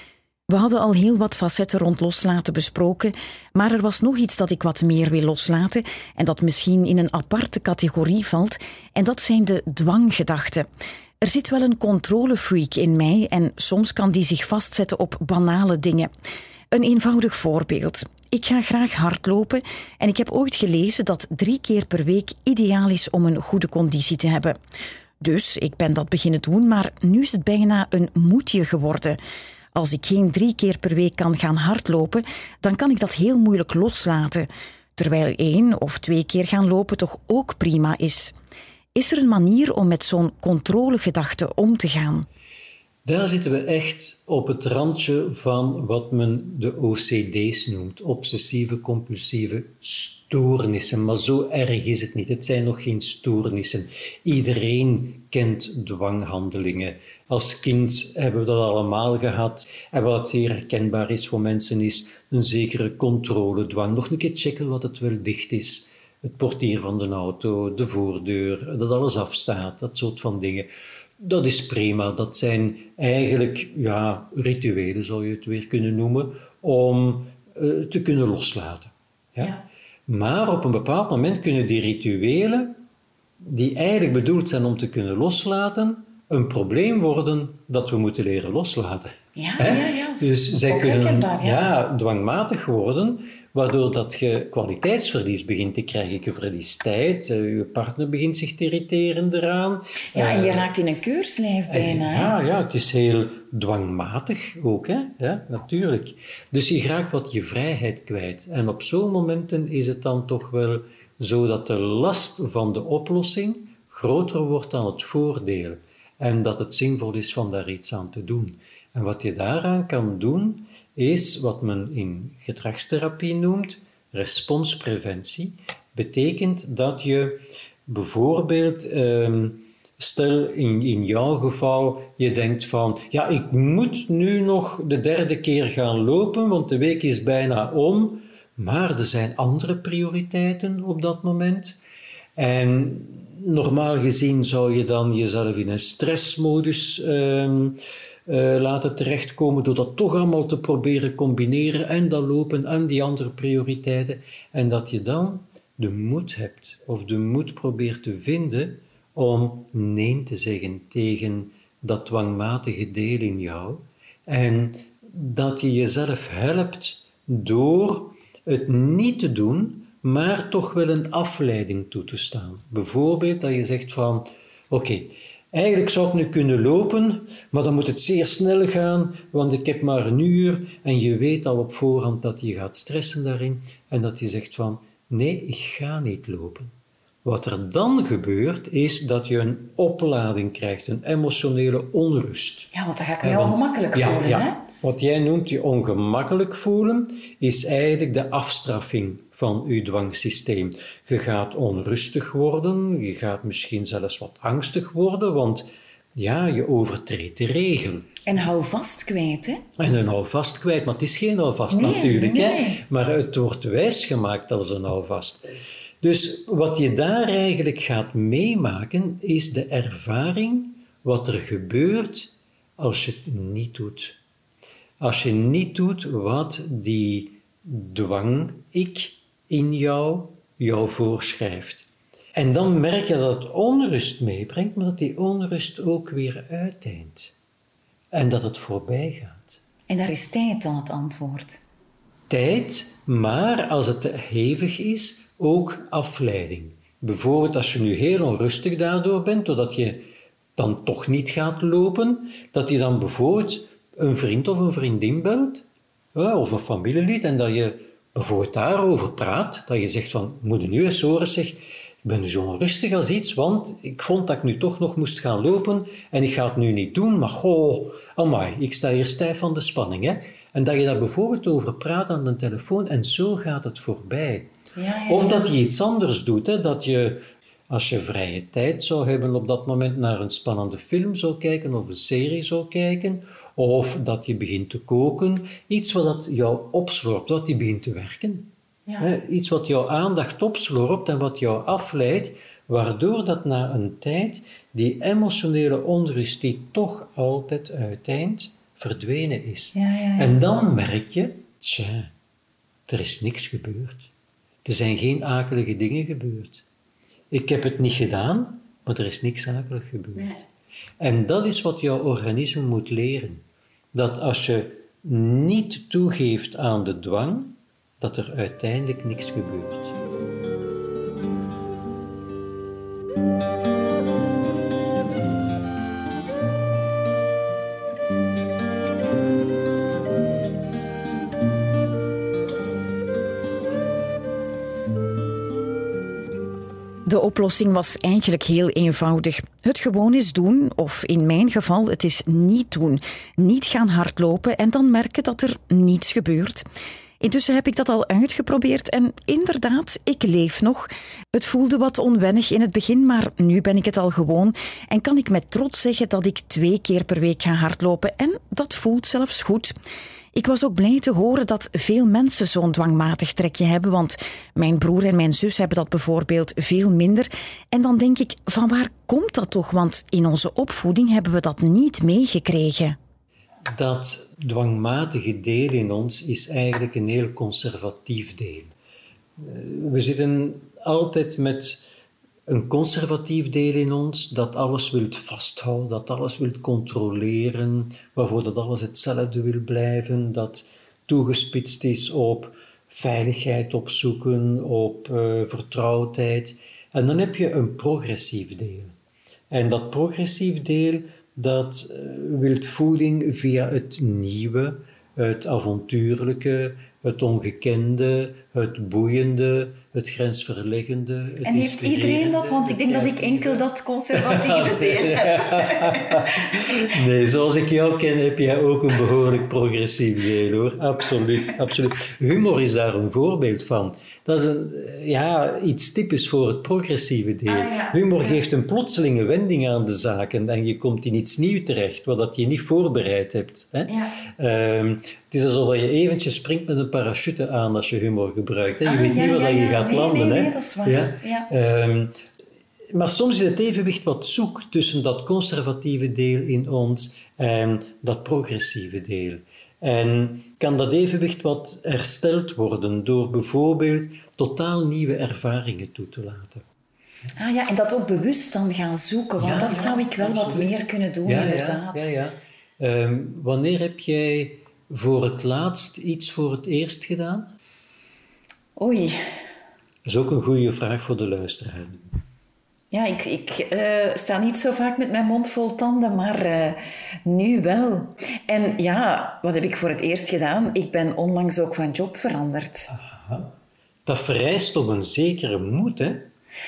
[SPEAKER 3] We hadden al heel wat facetten rond loslaten besproken, maar er was nog iets dat ik wat meer wil loslaten en dat misschien in een aparte categorie valt, en dat zijn de dwanggedachten. Er zit wel een controlefreak in mij en soms kan die zich vastzetten op banale dingen. Een eenvoudig voorbeeld. Ik ga graag hardlopen en ik heb ooit gelezen dat drie keer per week ideaal is om een goede conditie te hebben. Dus ik ben dat beginnen doen, maar nu is het bijna een moetje geworden. Als ik geen drie keer per week kan gaan hardlopen, dan kan ik dat heel moeilijk loslaten. Terwijl één of twee keer gaan lopen toch ook prima is. Is er een manier om met zo'n controlegedachte om te gaan?
[SPEAKER 4] Daar zitten we echt op het randje van wat men de O C D's noemt. Obsessieve-compulsieve stoornissen. Maar zo erg is het niet. Het zijn nog geen stoornissen. Iedereen kent dwanghandelingen. Als kind hebben we dat allemaal gehad. En wat zeer herkenbaar is voor mensen is een zekere controledwang. Nog een keer checken wat het wel dicht is. Het portier van de auto, de voordeur, dat alles afstaat. Dat soort van dingen. Dat is prima. Dat zijn eigenlijk ja, rituelen, zou je het weer kunnen noemen, om uh, te kunnen loslaten. Ja? Ja. Maar op een bepaald moment kunnen die rituelen, die eigenlijk bedoeld zijn om te kunnen loslaten, een probleem worden dat we moeten leren loslaten.
[SPEAKER 3] Ja, ja, ja.
[SPEAKER 4] Dus zij kunnen
[SPEAKER 3] daar, ja.
[SPEAKER 4] Ja, dwangmatig worden, waardoor dat je kwaliteitsverlies begint te krijgen. Je verliest tijd, uh, je partner begint zich te irriteren eraan.
[SPEAKER 3] Ja, en je
[SPEAKER 4] uh,
[SPEAKER 3] raakt in een keurslijf bijna.
[SPEAKER 4] Ja, ja, het is heel dwangmatig ook, hè? Ja, natuurlijk. Dus je raakt wat je vrijheid kwijt. En op zo'n momenten is het dan toch wel zo dat de last van de oplossing groter wordt dan het voordeel. En dat het zinvol is van daar iets aan te doen. En wat je daaraan kan doen, is wat men in gedragstherapie noemt responspreventie. Betekent dat je bijvoorbeeld, um, stel in, in jouw geval, je denkt van, ja, ik moet nu nog de derde keer gaan lopen, want de week is bijna om, maar er zijn andere prioriteiten op dat moment. En normaal gezien zou je dan jezelf in een stressmodus um, uh, laten terechtkomen door dat toch allemaal te proberen combineren en dat lopen en die andere prioriteiten. En dat je dan de moed hebt of de moed probeert te vinden om nee te zeggen tegen dat dwangmatige deel in jou. En dat je jezelf helpt door het niet te doen, maar toch wel een afleiding toe te staan. Bijvoorbeeld dat je zegt van, oké, okay, eigenlijk zou ik nu kunnen lopen, maar dan moet het zeer snel gaan, want ik heb maar een uur en je weet al op voorhand dat je gaat stressen daarin en dat je zegt van, nee, ik ga niet lopen. Wat er dan gebeurt, is dat je een oplading krijgt, een emotionele onrust.
[SPEAKER 3] Ja, want dan ga ik me heel ongemakkelijk ja, voelen,
[SPEAKER 4] ja.
[SPEAKER 3] hè?
[SPEAKER 4] Wat jij noemt je ongemakkelijk voelen, is eigenlijk de afstraffing van je dwangsysteem. Je gaat onrustig worden, je gaat misschien zelfs wat angstig worden, want ja, je overtreedt de regel.
[SPEAKER 3] En hou vast kwijt, hè?
[SPEAKER 4] En een houvast kwijt, maar het is geen houvast
[SPEAKER 3] nee,
[SPEAKER 4] natuurlijk,
[SPEAKER 3] nee.
[SPEAKER 4] hè? Maar het wordt wijsgemaakt als een houvast. Dus wat je daar eigenlijk gaat meemaken, is de ervaring wat er gebeurt als je het niet doet. Als je niet doet wat die dwang-ik in jou, jou voorschrijft. En dan merk je dat het onrust meebrengt, maar dat die onrust ook weer uiteindt. En dat het voorbij gaat.
[SPEAKER 3] En daar is tijd dan het antwoord.
[SPEAKER 4] Tijd, maar als het te hevig is, ook afleiding. Bijvoorbeeld als je nu heel onrustig daardoor bent, doordat je dan toch niet gaat lopen, dat je dan bijvoorbeeld een vriend of een vriendin belt, of een familielid, en dat je bijvoorbeeld daarover praat, dat je zegt van, moet je nu eens horen, zeg, ik ben nu zo onrustig als iets, want ik vond dat ik nu toch nog moest gaan lopen en ik ga het nu niet doen, maar goh, amai, ik sta hier stijf van de spanning, hè. En dat je daar bijvoorbeeld over praat aan de telefoon en zo gaat het voorbij.
[SPEAKER 3] Ja, ja, ja.
[SPEAKER 4] Of dat je iets anders doet, hè, dat je, als je vrije tijd zou hebben op dat moment, naar een spannende film zou kijken of een serie zou kijken, of dat je begint te koken, iets wat jou opslorpt, dat je begint te werken.
[SPEAKER 3] Ja.
[SPEAKER 4] Hè, iets wat jouw aandacht opslorpt en wat jou afleidt, waardoor dat na een tijd die emotionele onrust die toch altijd uiteindt, verdwenen is.
[SPEAKER 3] Ja, ja, ja.
[SPEAKER 4] En dan merk je, tja, er is niks gebeurd. Er zijn geen akelige dingen gebeurd. Ik heb het niet gedaan, maar er is niks akelig gebeurd.
[SPEAKER 3] Nee.
[SPEAKER 4] En dat is wat jouw organisme moet leren. Dat als je niet toegeeft aan de dwang, dat er uiteindelijk niks gebeurt.
[SPEAKER 3] De oplossing was eigenlijk heel eenvoudig. Het gewoon eens doen, of in mijn geval het is niet doen. Niet gaan hardlopen en dan merken dat er niets gebeurt. Intussen heb ik dat al uitgeprobeerd en inderdaad, ik leef nog. Het voelde wat onwennig in het begin, maar nu ben ik het al gewoon en kan ik met trots zeggen dat ik twee keer per week ga hardlopen en dat voelt zelfs goed. Ik was ook blij te horen dat veel mensen zo'n dwangmatig trekje hebben, want mijn broer en mijn zus hebben dat bijvoorbeeld veel minder. En dan denk ik, van waar komt dat toch? Want in onze opvoeding hebben we dat niet meegekregen.
[SPEAKER 4] Dat dwangmatige deel in ons is eigenlijk een heel conservatief deel. We zitten altijd met een conservatief deel in ons dat alles wil vasthouden, dat alles wil controleren, waarvoor dat alles hetzelfde wil blijven, dat toegespitst is op veiligheid opzoeken, op uh, vertrouwdheid. En dan heb je een progressief deel. En dat progressief deel, dat uh, wil voeding via het nieuwe, het avontuurlijke, het ongekende, het boeiende, het grensverleggende. Het
[SPEAKER 5] en heeft iedereen dat? Want ik denk dat ik enkel dat conservatieve deel heb.
[SPEAKER 4] Nee, zoals ik jou ken, heb jij ook een behoorlijk progressief deel, hoor. Absoluut, absoluut. Humor is daar een voorbeeld van. Dat is een, ja, iets typisch voor het progressieve deel. Ah, ja. Humor ja. geeft een plotselinge wending aan de zaken en je komt in iets nieuws terecht, wat je niet voorbereid hebt. Hè? Ja. Um, het is alsof je eventjes springt met een parachute aan als je humor gebruikt. Hè? Je ah, weet ja, niet waar ja, je gaat
[SPEAKER 5] nee,
[SPEAKER 4] landen.
[SPEAKER 5] Nee,
[SPEAKER 4] hè?
[SPEAKER 5] nee, dat is waar. Ja?
[SPEAKER 4] Ja. Um, maar soms is het evenwicht wat zoek tussen dat conservatieve deel in ons en dat progressieve deel. En kan dat evenwicht wat hersteld worden door bijvoorbeeld totaal nieuwe ervaringen toe te laten.
[SPEAKER 5] Ah ja, en dat ook bewust dan gaan zoeken, want ja, dat ja, zou ik wel absoluut. wat meer kunnen doen, ja, inderdaad.
[SPEAKER 4] Ja, ja, ja. Um, wanneer heb jij voor het laatst iets voor het eerst gedaan?
[SPEAKER 5] Oei.
[SPEAKER 4] Dat is ook een goede vraag voor de luisteraar.
[SPEAKER 5] Ja, ik, ik uh, sta niet zo vaak met mijn mond vol tanden, maar uh, nu wel. En ja, wat heb ik voor het eerst gedaan? Ik ben onlangs ook van job veranderd.
[SPEAKER 4] Aha. Dat vereist op een zekere moed, hè?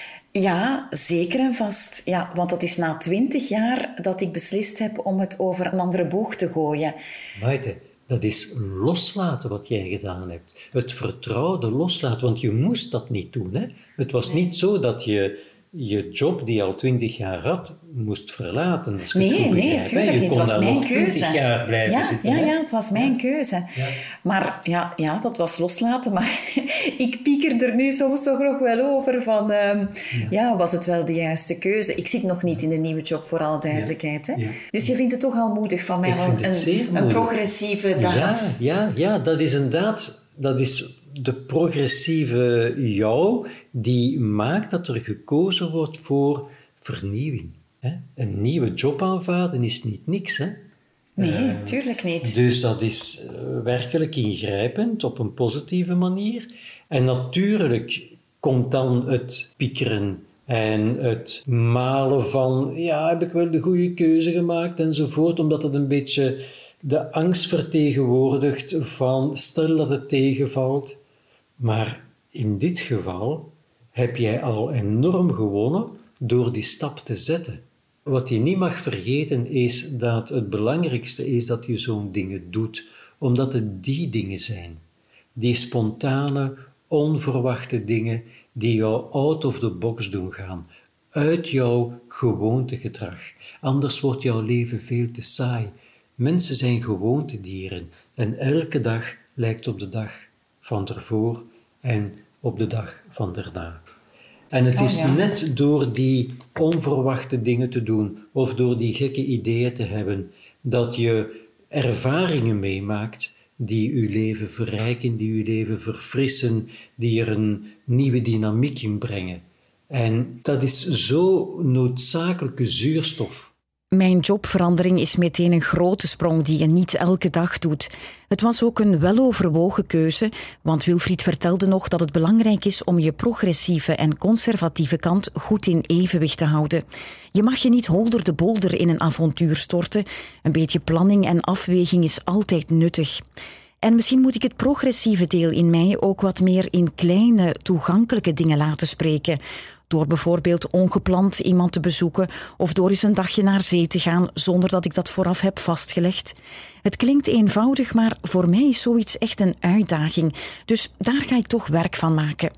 [SPEAKER 5] Ja, zeker en vast. Ja, want dat is na twintig jaar dat ik beslist heb om het over een andere boog te gooien.
[SPEAKER 4] Maite, dat is loslaten wat jij gedaan hebt. Het vertrouwde loslaten, want je moest dat niet doen, hè? Het was nee. niet zo dat je je job die je al twintig jaar had, moest verlaten. Als
[SPEAKER 5] nee, nee, natuurlijk niet. Het was mijn keuze.
[SPEAKER 4] Jaar blijven
[SPEAKER 5] ja,
[SPEAKER 4] zitten,
[SPEAKER 5] ja, ja, het was mijn ja. keuze. Ja. Maar ja, ja, dat was loslaten. Maar ik pieker er nu soms toch nog wel over van... Um, ja. ja, was het wel de juiste keuze? Ik zit nog niet in de nieuwe job, voor alle duidelijkheid. Hè? Ja. Dus je vindt het toch al moedig van mij, een, een, een progressieve daad.
[SPEAKER 4] Ja, ja, ja, dat is een daad... Dat is de progressieve jou die maakt dat er gekozen wordt voor vernieuwing. Hè? Een nieuwe job aanvaarden is niet niks, hè?
[SPEAKER 5] Nee, uh, tuurlijk niet.
[SPEAKER 4] Dus dat is uh, werkelijk ingrijpend op een positieve manier. En natuurlijk komt dan het piekeren en het malen van, ja, heb ik wel de goede keuze gemaakt enzovoort, omdat het een beetje de angst vertegenwoordigt van, stel dat het tegenvalt. Maar in dit geval heb jij al enorm gewonnen door die stap te zetten. Wat je niet mag vergeten is dat het belangrijkste is dat je zo'n dingen doet, omdat het die dingen zijn. Die spontane, onverwachte dingen die jou out of the box doen gaan. Uit jouw gewoontegedrag. Anders wordt jouw leven veel te saai. Mensen zijn gewoontedieren en elke dag lijkt op de dag van ervoor en op de dag van daarna. En het is oh, ja. net door die onverwachte dingen te doen of door die gekke ideeën te hebben dat je ervaringen meemaakt die je leven verrijken, die je leven verfrissen, die er een nieuwe dynamiek in brengen. En dat is zo noodzakelijke zuurstof.
[SPEAKER 3] Mijn jobverandering is meteen een grote sprong die je niet elke dag doet. Het was ook een weloverwogen keuze, want Wilfried vertelde nog dat het belangrijk is om je progressieve en conservatieve kant goed in evenwicht te houden. Je mag je niet holder de bolder in een avontuur storten. Een beetje planning en afweging is altijd nuttig. En misschien moet ik het progressieve deel in mij ook wat meer in kleine, toegankelijke dingen laten spreken. Door bijvoorbeeld ongepland iemand te bezoeken of door eens een dagje naar zee te gaan zonder dat ik dat vooraf heb vastgelegd. Het klinkt eenvoudig, maar voor mij is zoiets echt een uitdaging. Dus daar ga ik toch werk van maken.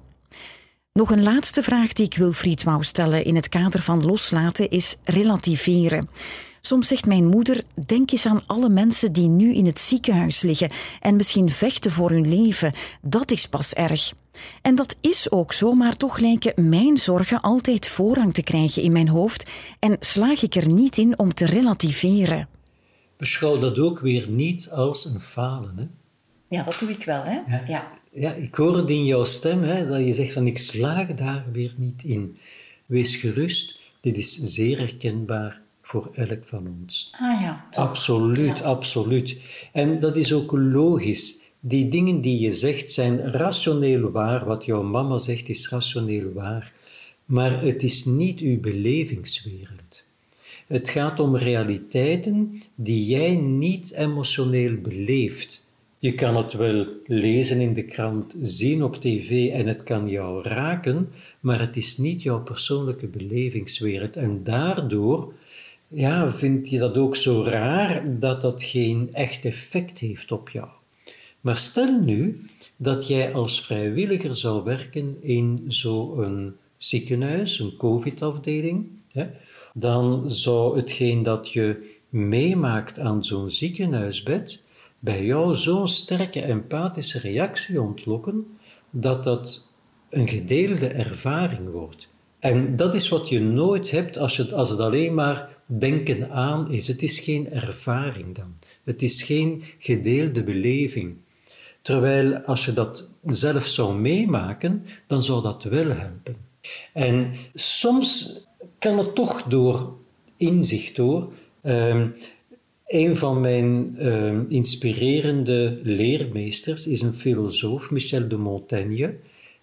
[SPEAKER 3] Nog een laatste vraag die ik Wilfried wou stellen in het kader van loslaten is relativeren. Soms zegt mijn moeder, denk eens aan alle mensen die nu in het ziekenhuis liggen en misschien vechten voor hun leven. Dat is pas erg. En dat is ook zo, maar toch lijken mijn zorgen altijd voorrang te krijgen in mijn hoofd en slaag ik er niet in om te relativeren.
[SPEAKER 4] Beschouw dat ook weer niet als een falen, hè?
[SPEAKER 5] Ja, dat doe ik wel, hè?
[SPEAKER 4] Ja,
[SPEAKER 5] ja.
[SPEAKER 4] ja ik hoor het in jouw stem, hè, dat je zegt van ik slaag daar weer niet in. Wees gerust, dit is zeer herkenbaar voor elk van ons.
[SPEAKER 5] Ah ja, toch.
[SPEAKER 4] Absoluut,
[SPEAKER 5] ja.
[SPEAKER 4] absoluut. En dat is ook logisch. Die dingen die je zegt zijn rationeel waar. Wat jouw mama zegt is rationeel waar. Maar het is niet uw belevingswereld. Het gaat om realiteiten die jij niet emotioneel beleeft. Je kan het wel lezen in de krant, zien op tv en het kan jou raken, maar het is niet jouw persoonlijke belevingswereld. En daardoor ja, vind je dat ook zo raar dat dat geen echt effect heeft op jou. Maar stel nu dat jij als vrijwilliger zou werken in zo'n ziekenhuis, een covid-afdeling, hè, dan zou hetgeen dat je meemaakt aan zo'n ziekenhuisbed bij jou zo'n sterke empathische reactie ontlokken, dat dat een gedeelde ervaring wordt. En dat is wat je nooit hebt als het, als het alleen maar denken aan is. Het is geen ervaring dan. Het is geen gedeelde beleving. Terwijl als je dat zelf zou meemaken, dan zou dat wel helpen. En soms kan het toch door inzicht door. Uh, een van mijn uh, inspirerende leermeesters is een filosoof, Michel de Montaigne.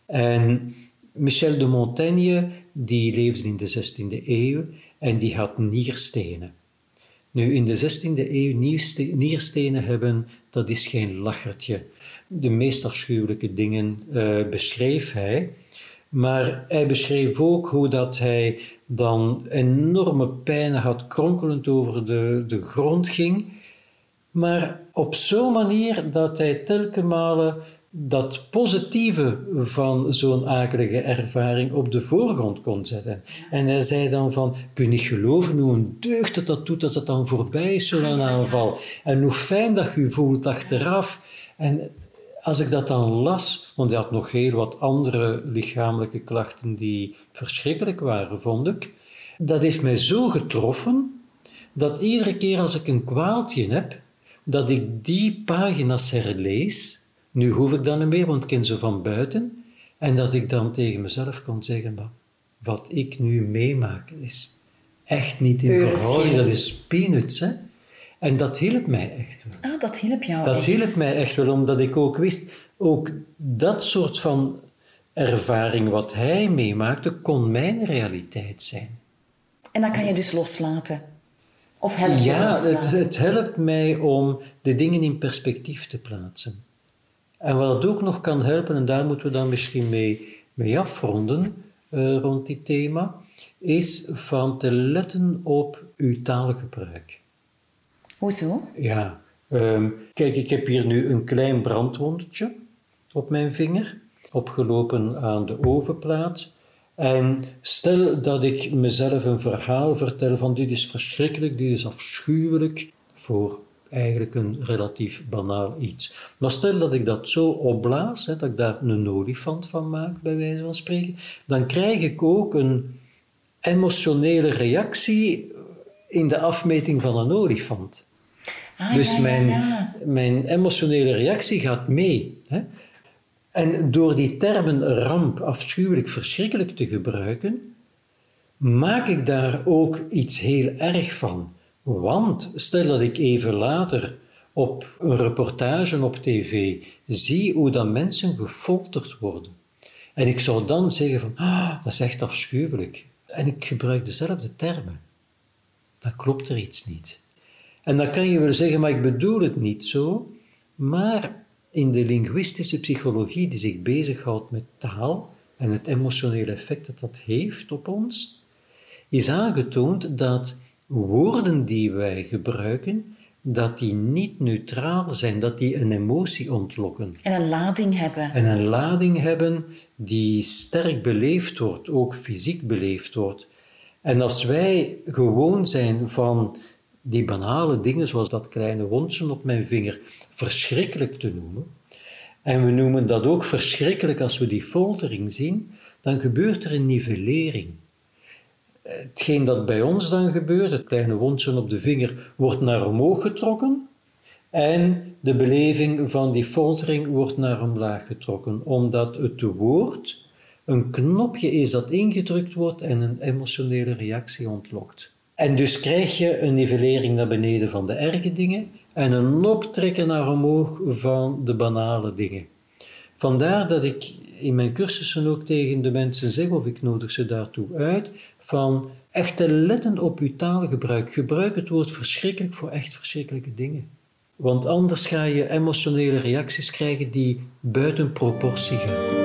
[SPEAKER 4] En Michel de Montaigne die leefde in de zestiende eeuw en die had nierstenen. Nu, in de zestiende eeuw nierstenen hebben, dat is geen lachertje. De meest afschuwelijke dingen uh, beschreef hij. Maar hij beschreef ook hoe dat hij dan enorme pijnen had, kronkelend over de, de grond ging. Maar op zo'n manier dat hij telkens malen dat positieve van zo'n akelige ervaring op de voorgrond kon zetten. En hij zei dan van, kun je niet geloven hoe een deugd dat dat doet als het dan voorbij is, zo'n aanval. En hoe fijn dat je je voelt achteraf. En als ik dat dan las, want hij had nog heel wat andere lichamelijke klachten die verschrikkelijk waren, vond ik. Dat heeft mij zo getroffen, dat iedere keer als ik een kwaaltje heb, dat ik die pagina's herlees. Nu hoef ik dat niet meer, want ik ken ze van buiten. En dat ik dan tegen mezelf kon zeggen, maar wat ik nu meemaak is echt niet in verhouding. Dat is peanuts, hè. En dat hielp mij echt wel.
[SPEAKER 5] Ah, dat hielp jou
[SPEAKER 4] Dat
[SPEAKER 5] echt?
[SPEAKER 4] hielp mij echt wel, omdat ik ook wist, ook dat soort van ervaring wat hij meemaakte, kon mijn realiteit zijn.
[SPEAKER 5] En dan kan je dus loslaten? Of helpt je
[SPEAKER 4] ja,
[SPEAKER 5] loslaten?
[SPEAKER 4] het, het helpt mij om de dingen in perspectief te plaatsen. En wat het ook nog kan helpen, en daar moeten we dan misschien mee, mee afronden, uh, rond dit thema, is van te letten op uw taalgebruik.
[SPEAKER 5] Hoezo?
[SPEAKER 4] Ja, um, kijk, ik heb hier nu een klein brandwondje op mijn vinger, opgelopen aan de ovenplaat. En stel dat ik mezelf een verhaal vertel van dit is verschrikkelijk, dit is afschuwelijk, voor eigenlijk een relatief banaal iets. Maar stel dat ik dat zo opblaas, hè, dat ik daar een olifant van maak, bij wijze van spreken, dan krijg ik ook een emotionele reactie in de afmeting van een olifant.
[SPEAKER 5] Ah,
[SPEAKER 4] dus
[SPEAKER 5] ja,
[SPEAKER 4] mijn,
[SPEAKER 5] ja, ja.
[SPEAKER 4] mijn emotionele reactie gaat mee. Hè? En door die termen ramp, afschuwelijk, verschrikkelijk te gebruiken, maak ik daar ook iets heel erg van. Want stel dat ik even later op een reportage op tv zie hoe dat mensen gefolterd worden. En ik zou dan zeggen van, ah, dat is echt afschuwelijk. En ik gebruik dezelfde termen. Dan klopt er iets niet. En dan kan je wel zeggen, maar ik bedoel het niet zo. Maar in de linguïstische psychologie die zich bezighoudt met taal en het emotionele effect dat dat heeft op ons, is aangetoond dat woorden die wij gebruiken, dat die niet neutraal zijn, dat die een emotie ontlokken.
[SPEAKER 5] En een lading hebben.
[SPEAKER 4] En een lading hebben die sterk beleefd wordt, ook fysiek beleefd wordt. En als wij gewoon zijn van die banale dingen, zoals dat kleine wondje op mijn vinger, verschrikkelijk te noemen, en we noemen dat ook verschrikkelijk als we die foltering zien, dan gebeurt er een nivellering. Hetgeen dat bij ons dan gebeurt, het kleine wondje op de vinger, wordt naar omhoog getrokken en de beleving van die foltering wordt naar omlaag getrokken, omdat het woord een knopje is dat ingedrukt wordt en een emotionele reactie ontlokt. En dus krijg je een nivellering naar beneden van de erge dingen en een optrekken naar omhoog van de banale dingen. Vandaar dat ik in mijn cursussen ook tegen de mensen zeg, of ik nodig ze daartoe uit, van echt te letten op uw taalgebruik. Gebruik het woord verschrikkelijk voor echt verschrikkelijke dingen. Want anders ga je emotionele reacties krijgen die buiten proportie gaan.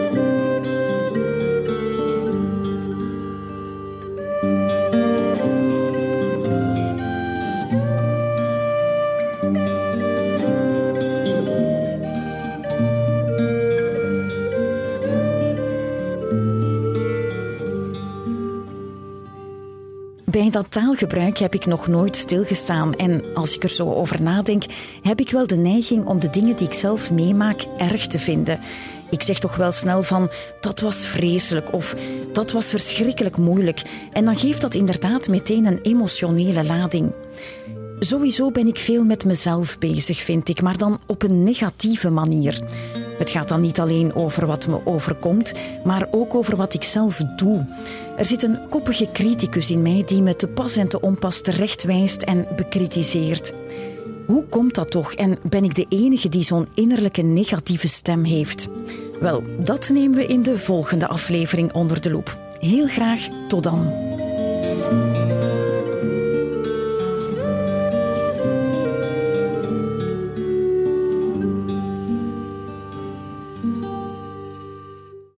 [SPEAKER 3] Bij dat taalgebruik heb ik nog nooit stilgestaan en als ik er zo over nadenk, heb ik wel de neiging om de dingen die ik zelf meemaak erg te vinden. Ik zeg toch wel snel van, dat was vreselijk of dat was verschrikkelijk moeilijk en dan geeft dat inderdaad meteen een emotionele lading. Sowieso ben ik veel met mezelf bezig, vind ik, maar dan op een negatieve manier. Het gaat dan niet alleen over wat me overkomt, maar ook over wat ik zelf doe. Er zit een koppige criticus in mij die me te pas en te onpas terechtwijst en bekritiseert. Hoe komt dat toch en ben ik de enige die zo'n innerlijke negatieve stem heeft? Wel, dat nemen we in de volgende aflevering onder de loep. Heel graag tot dan.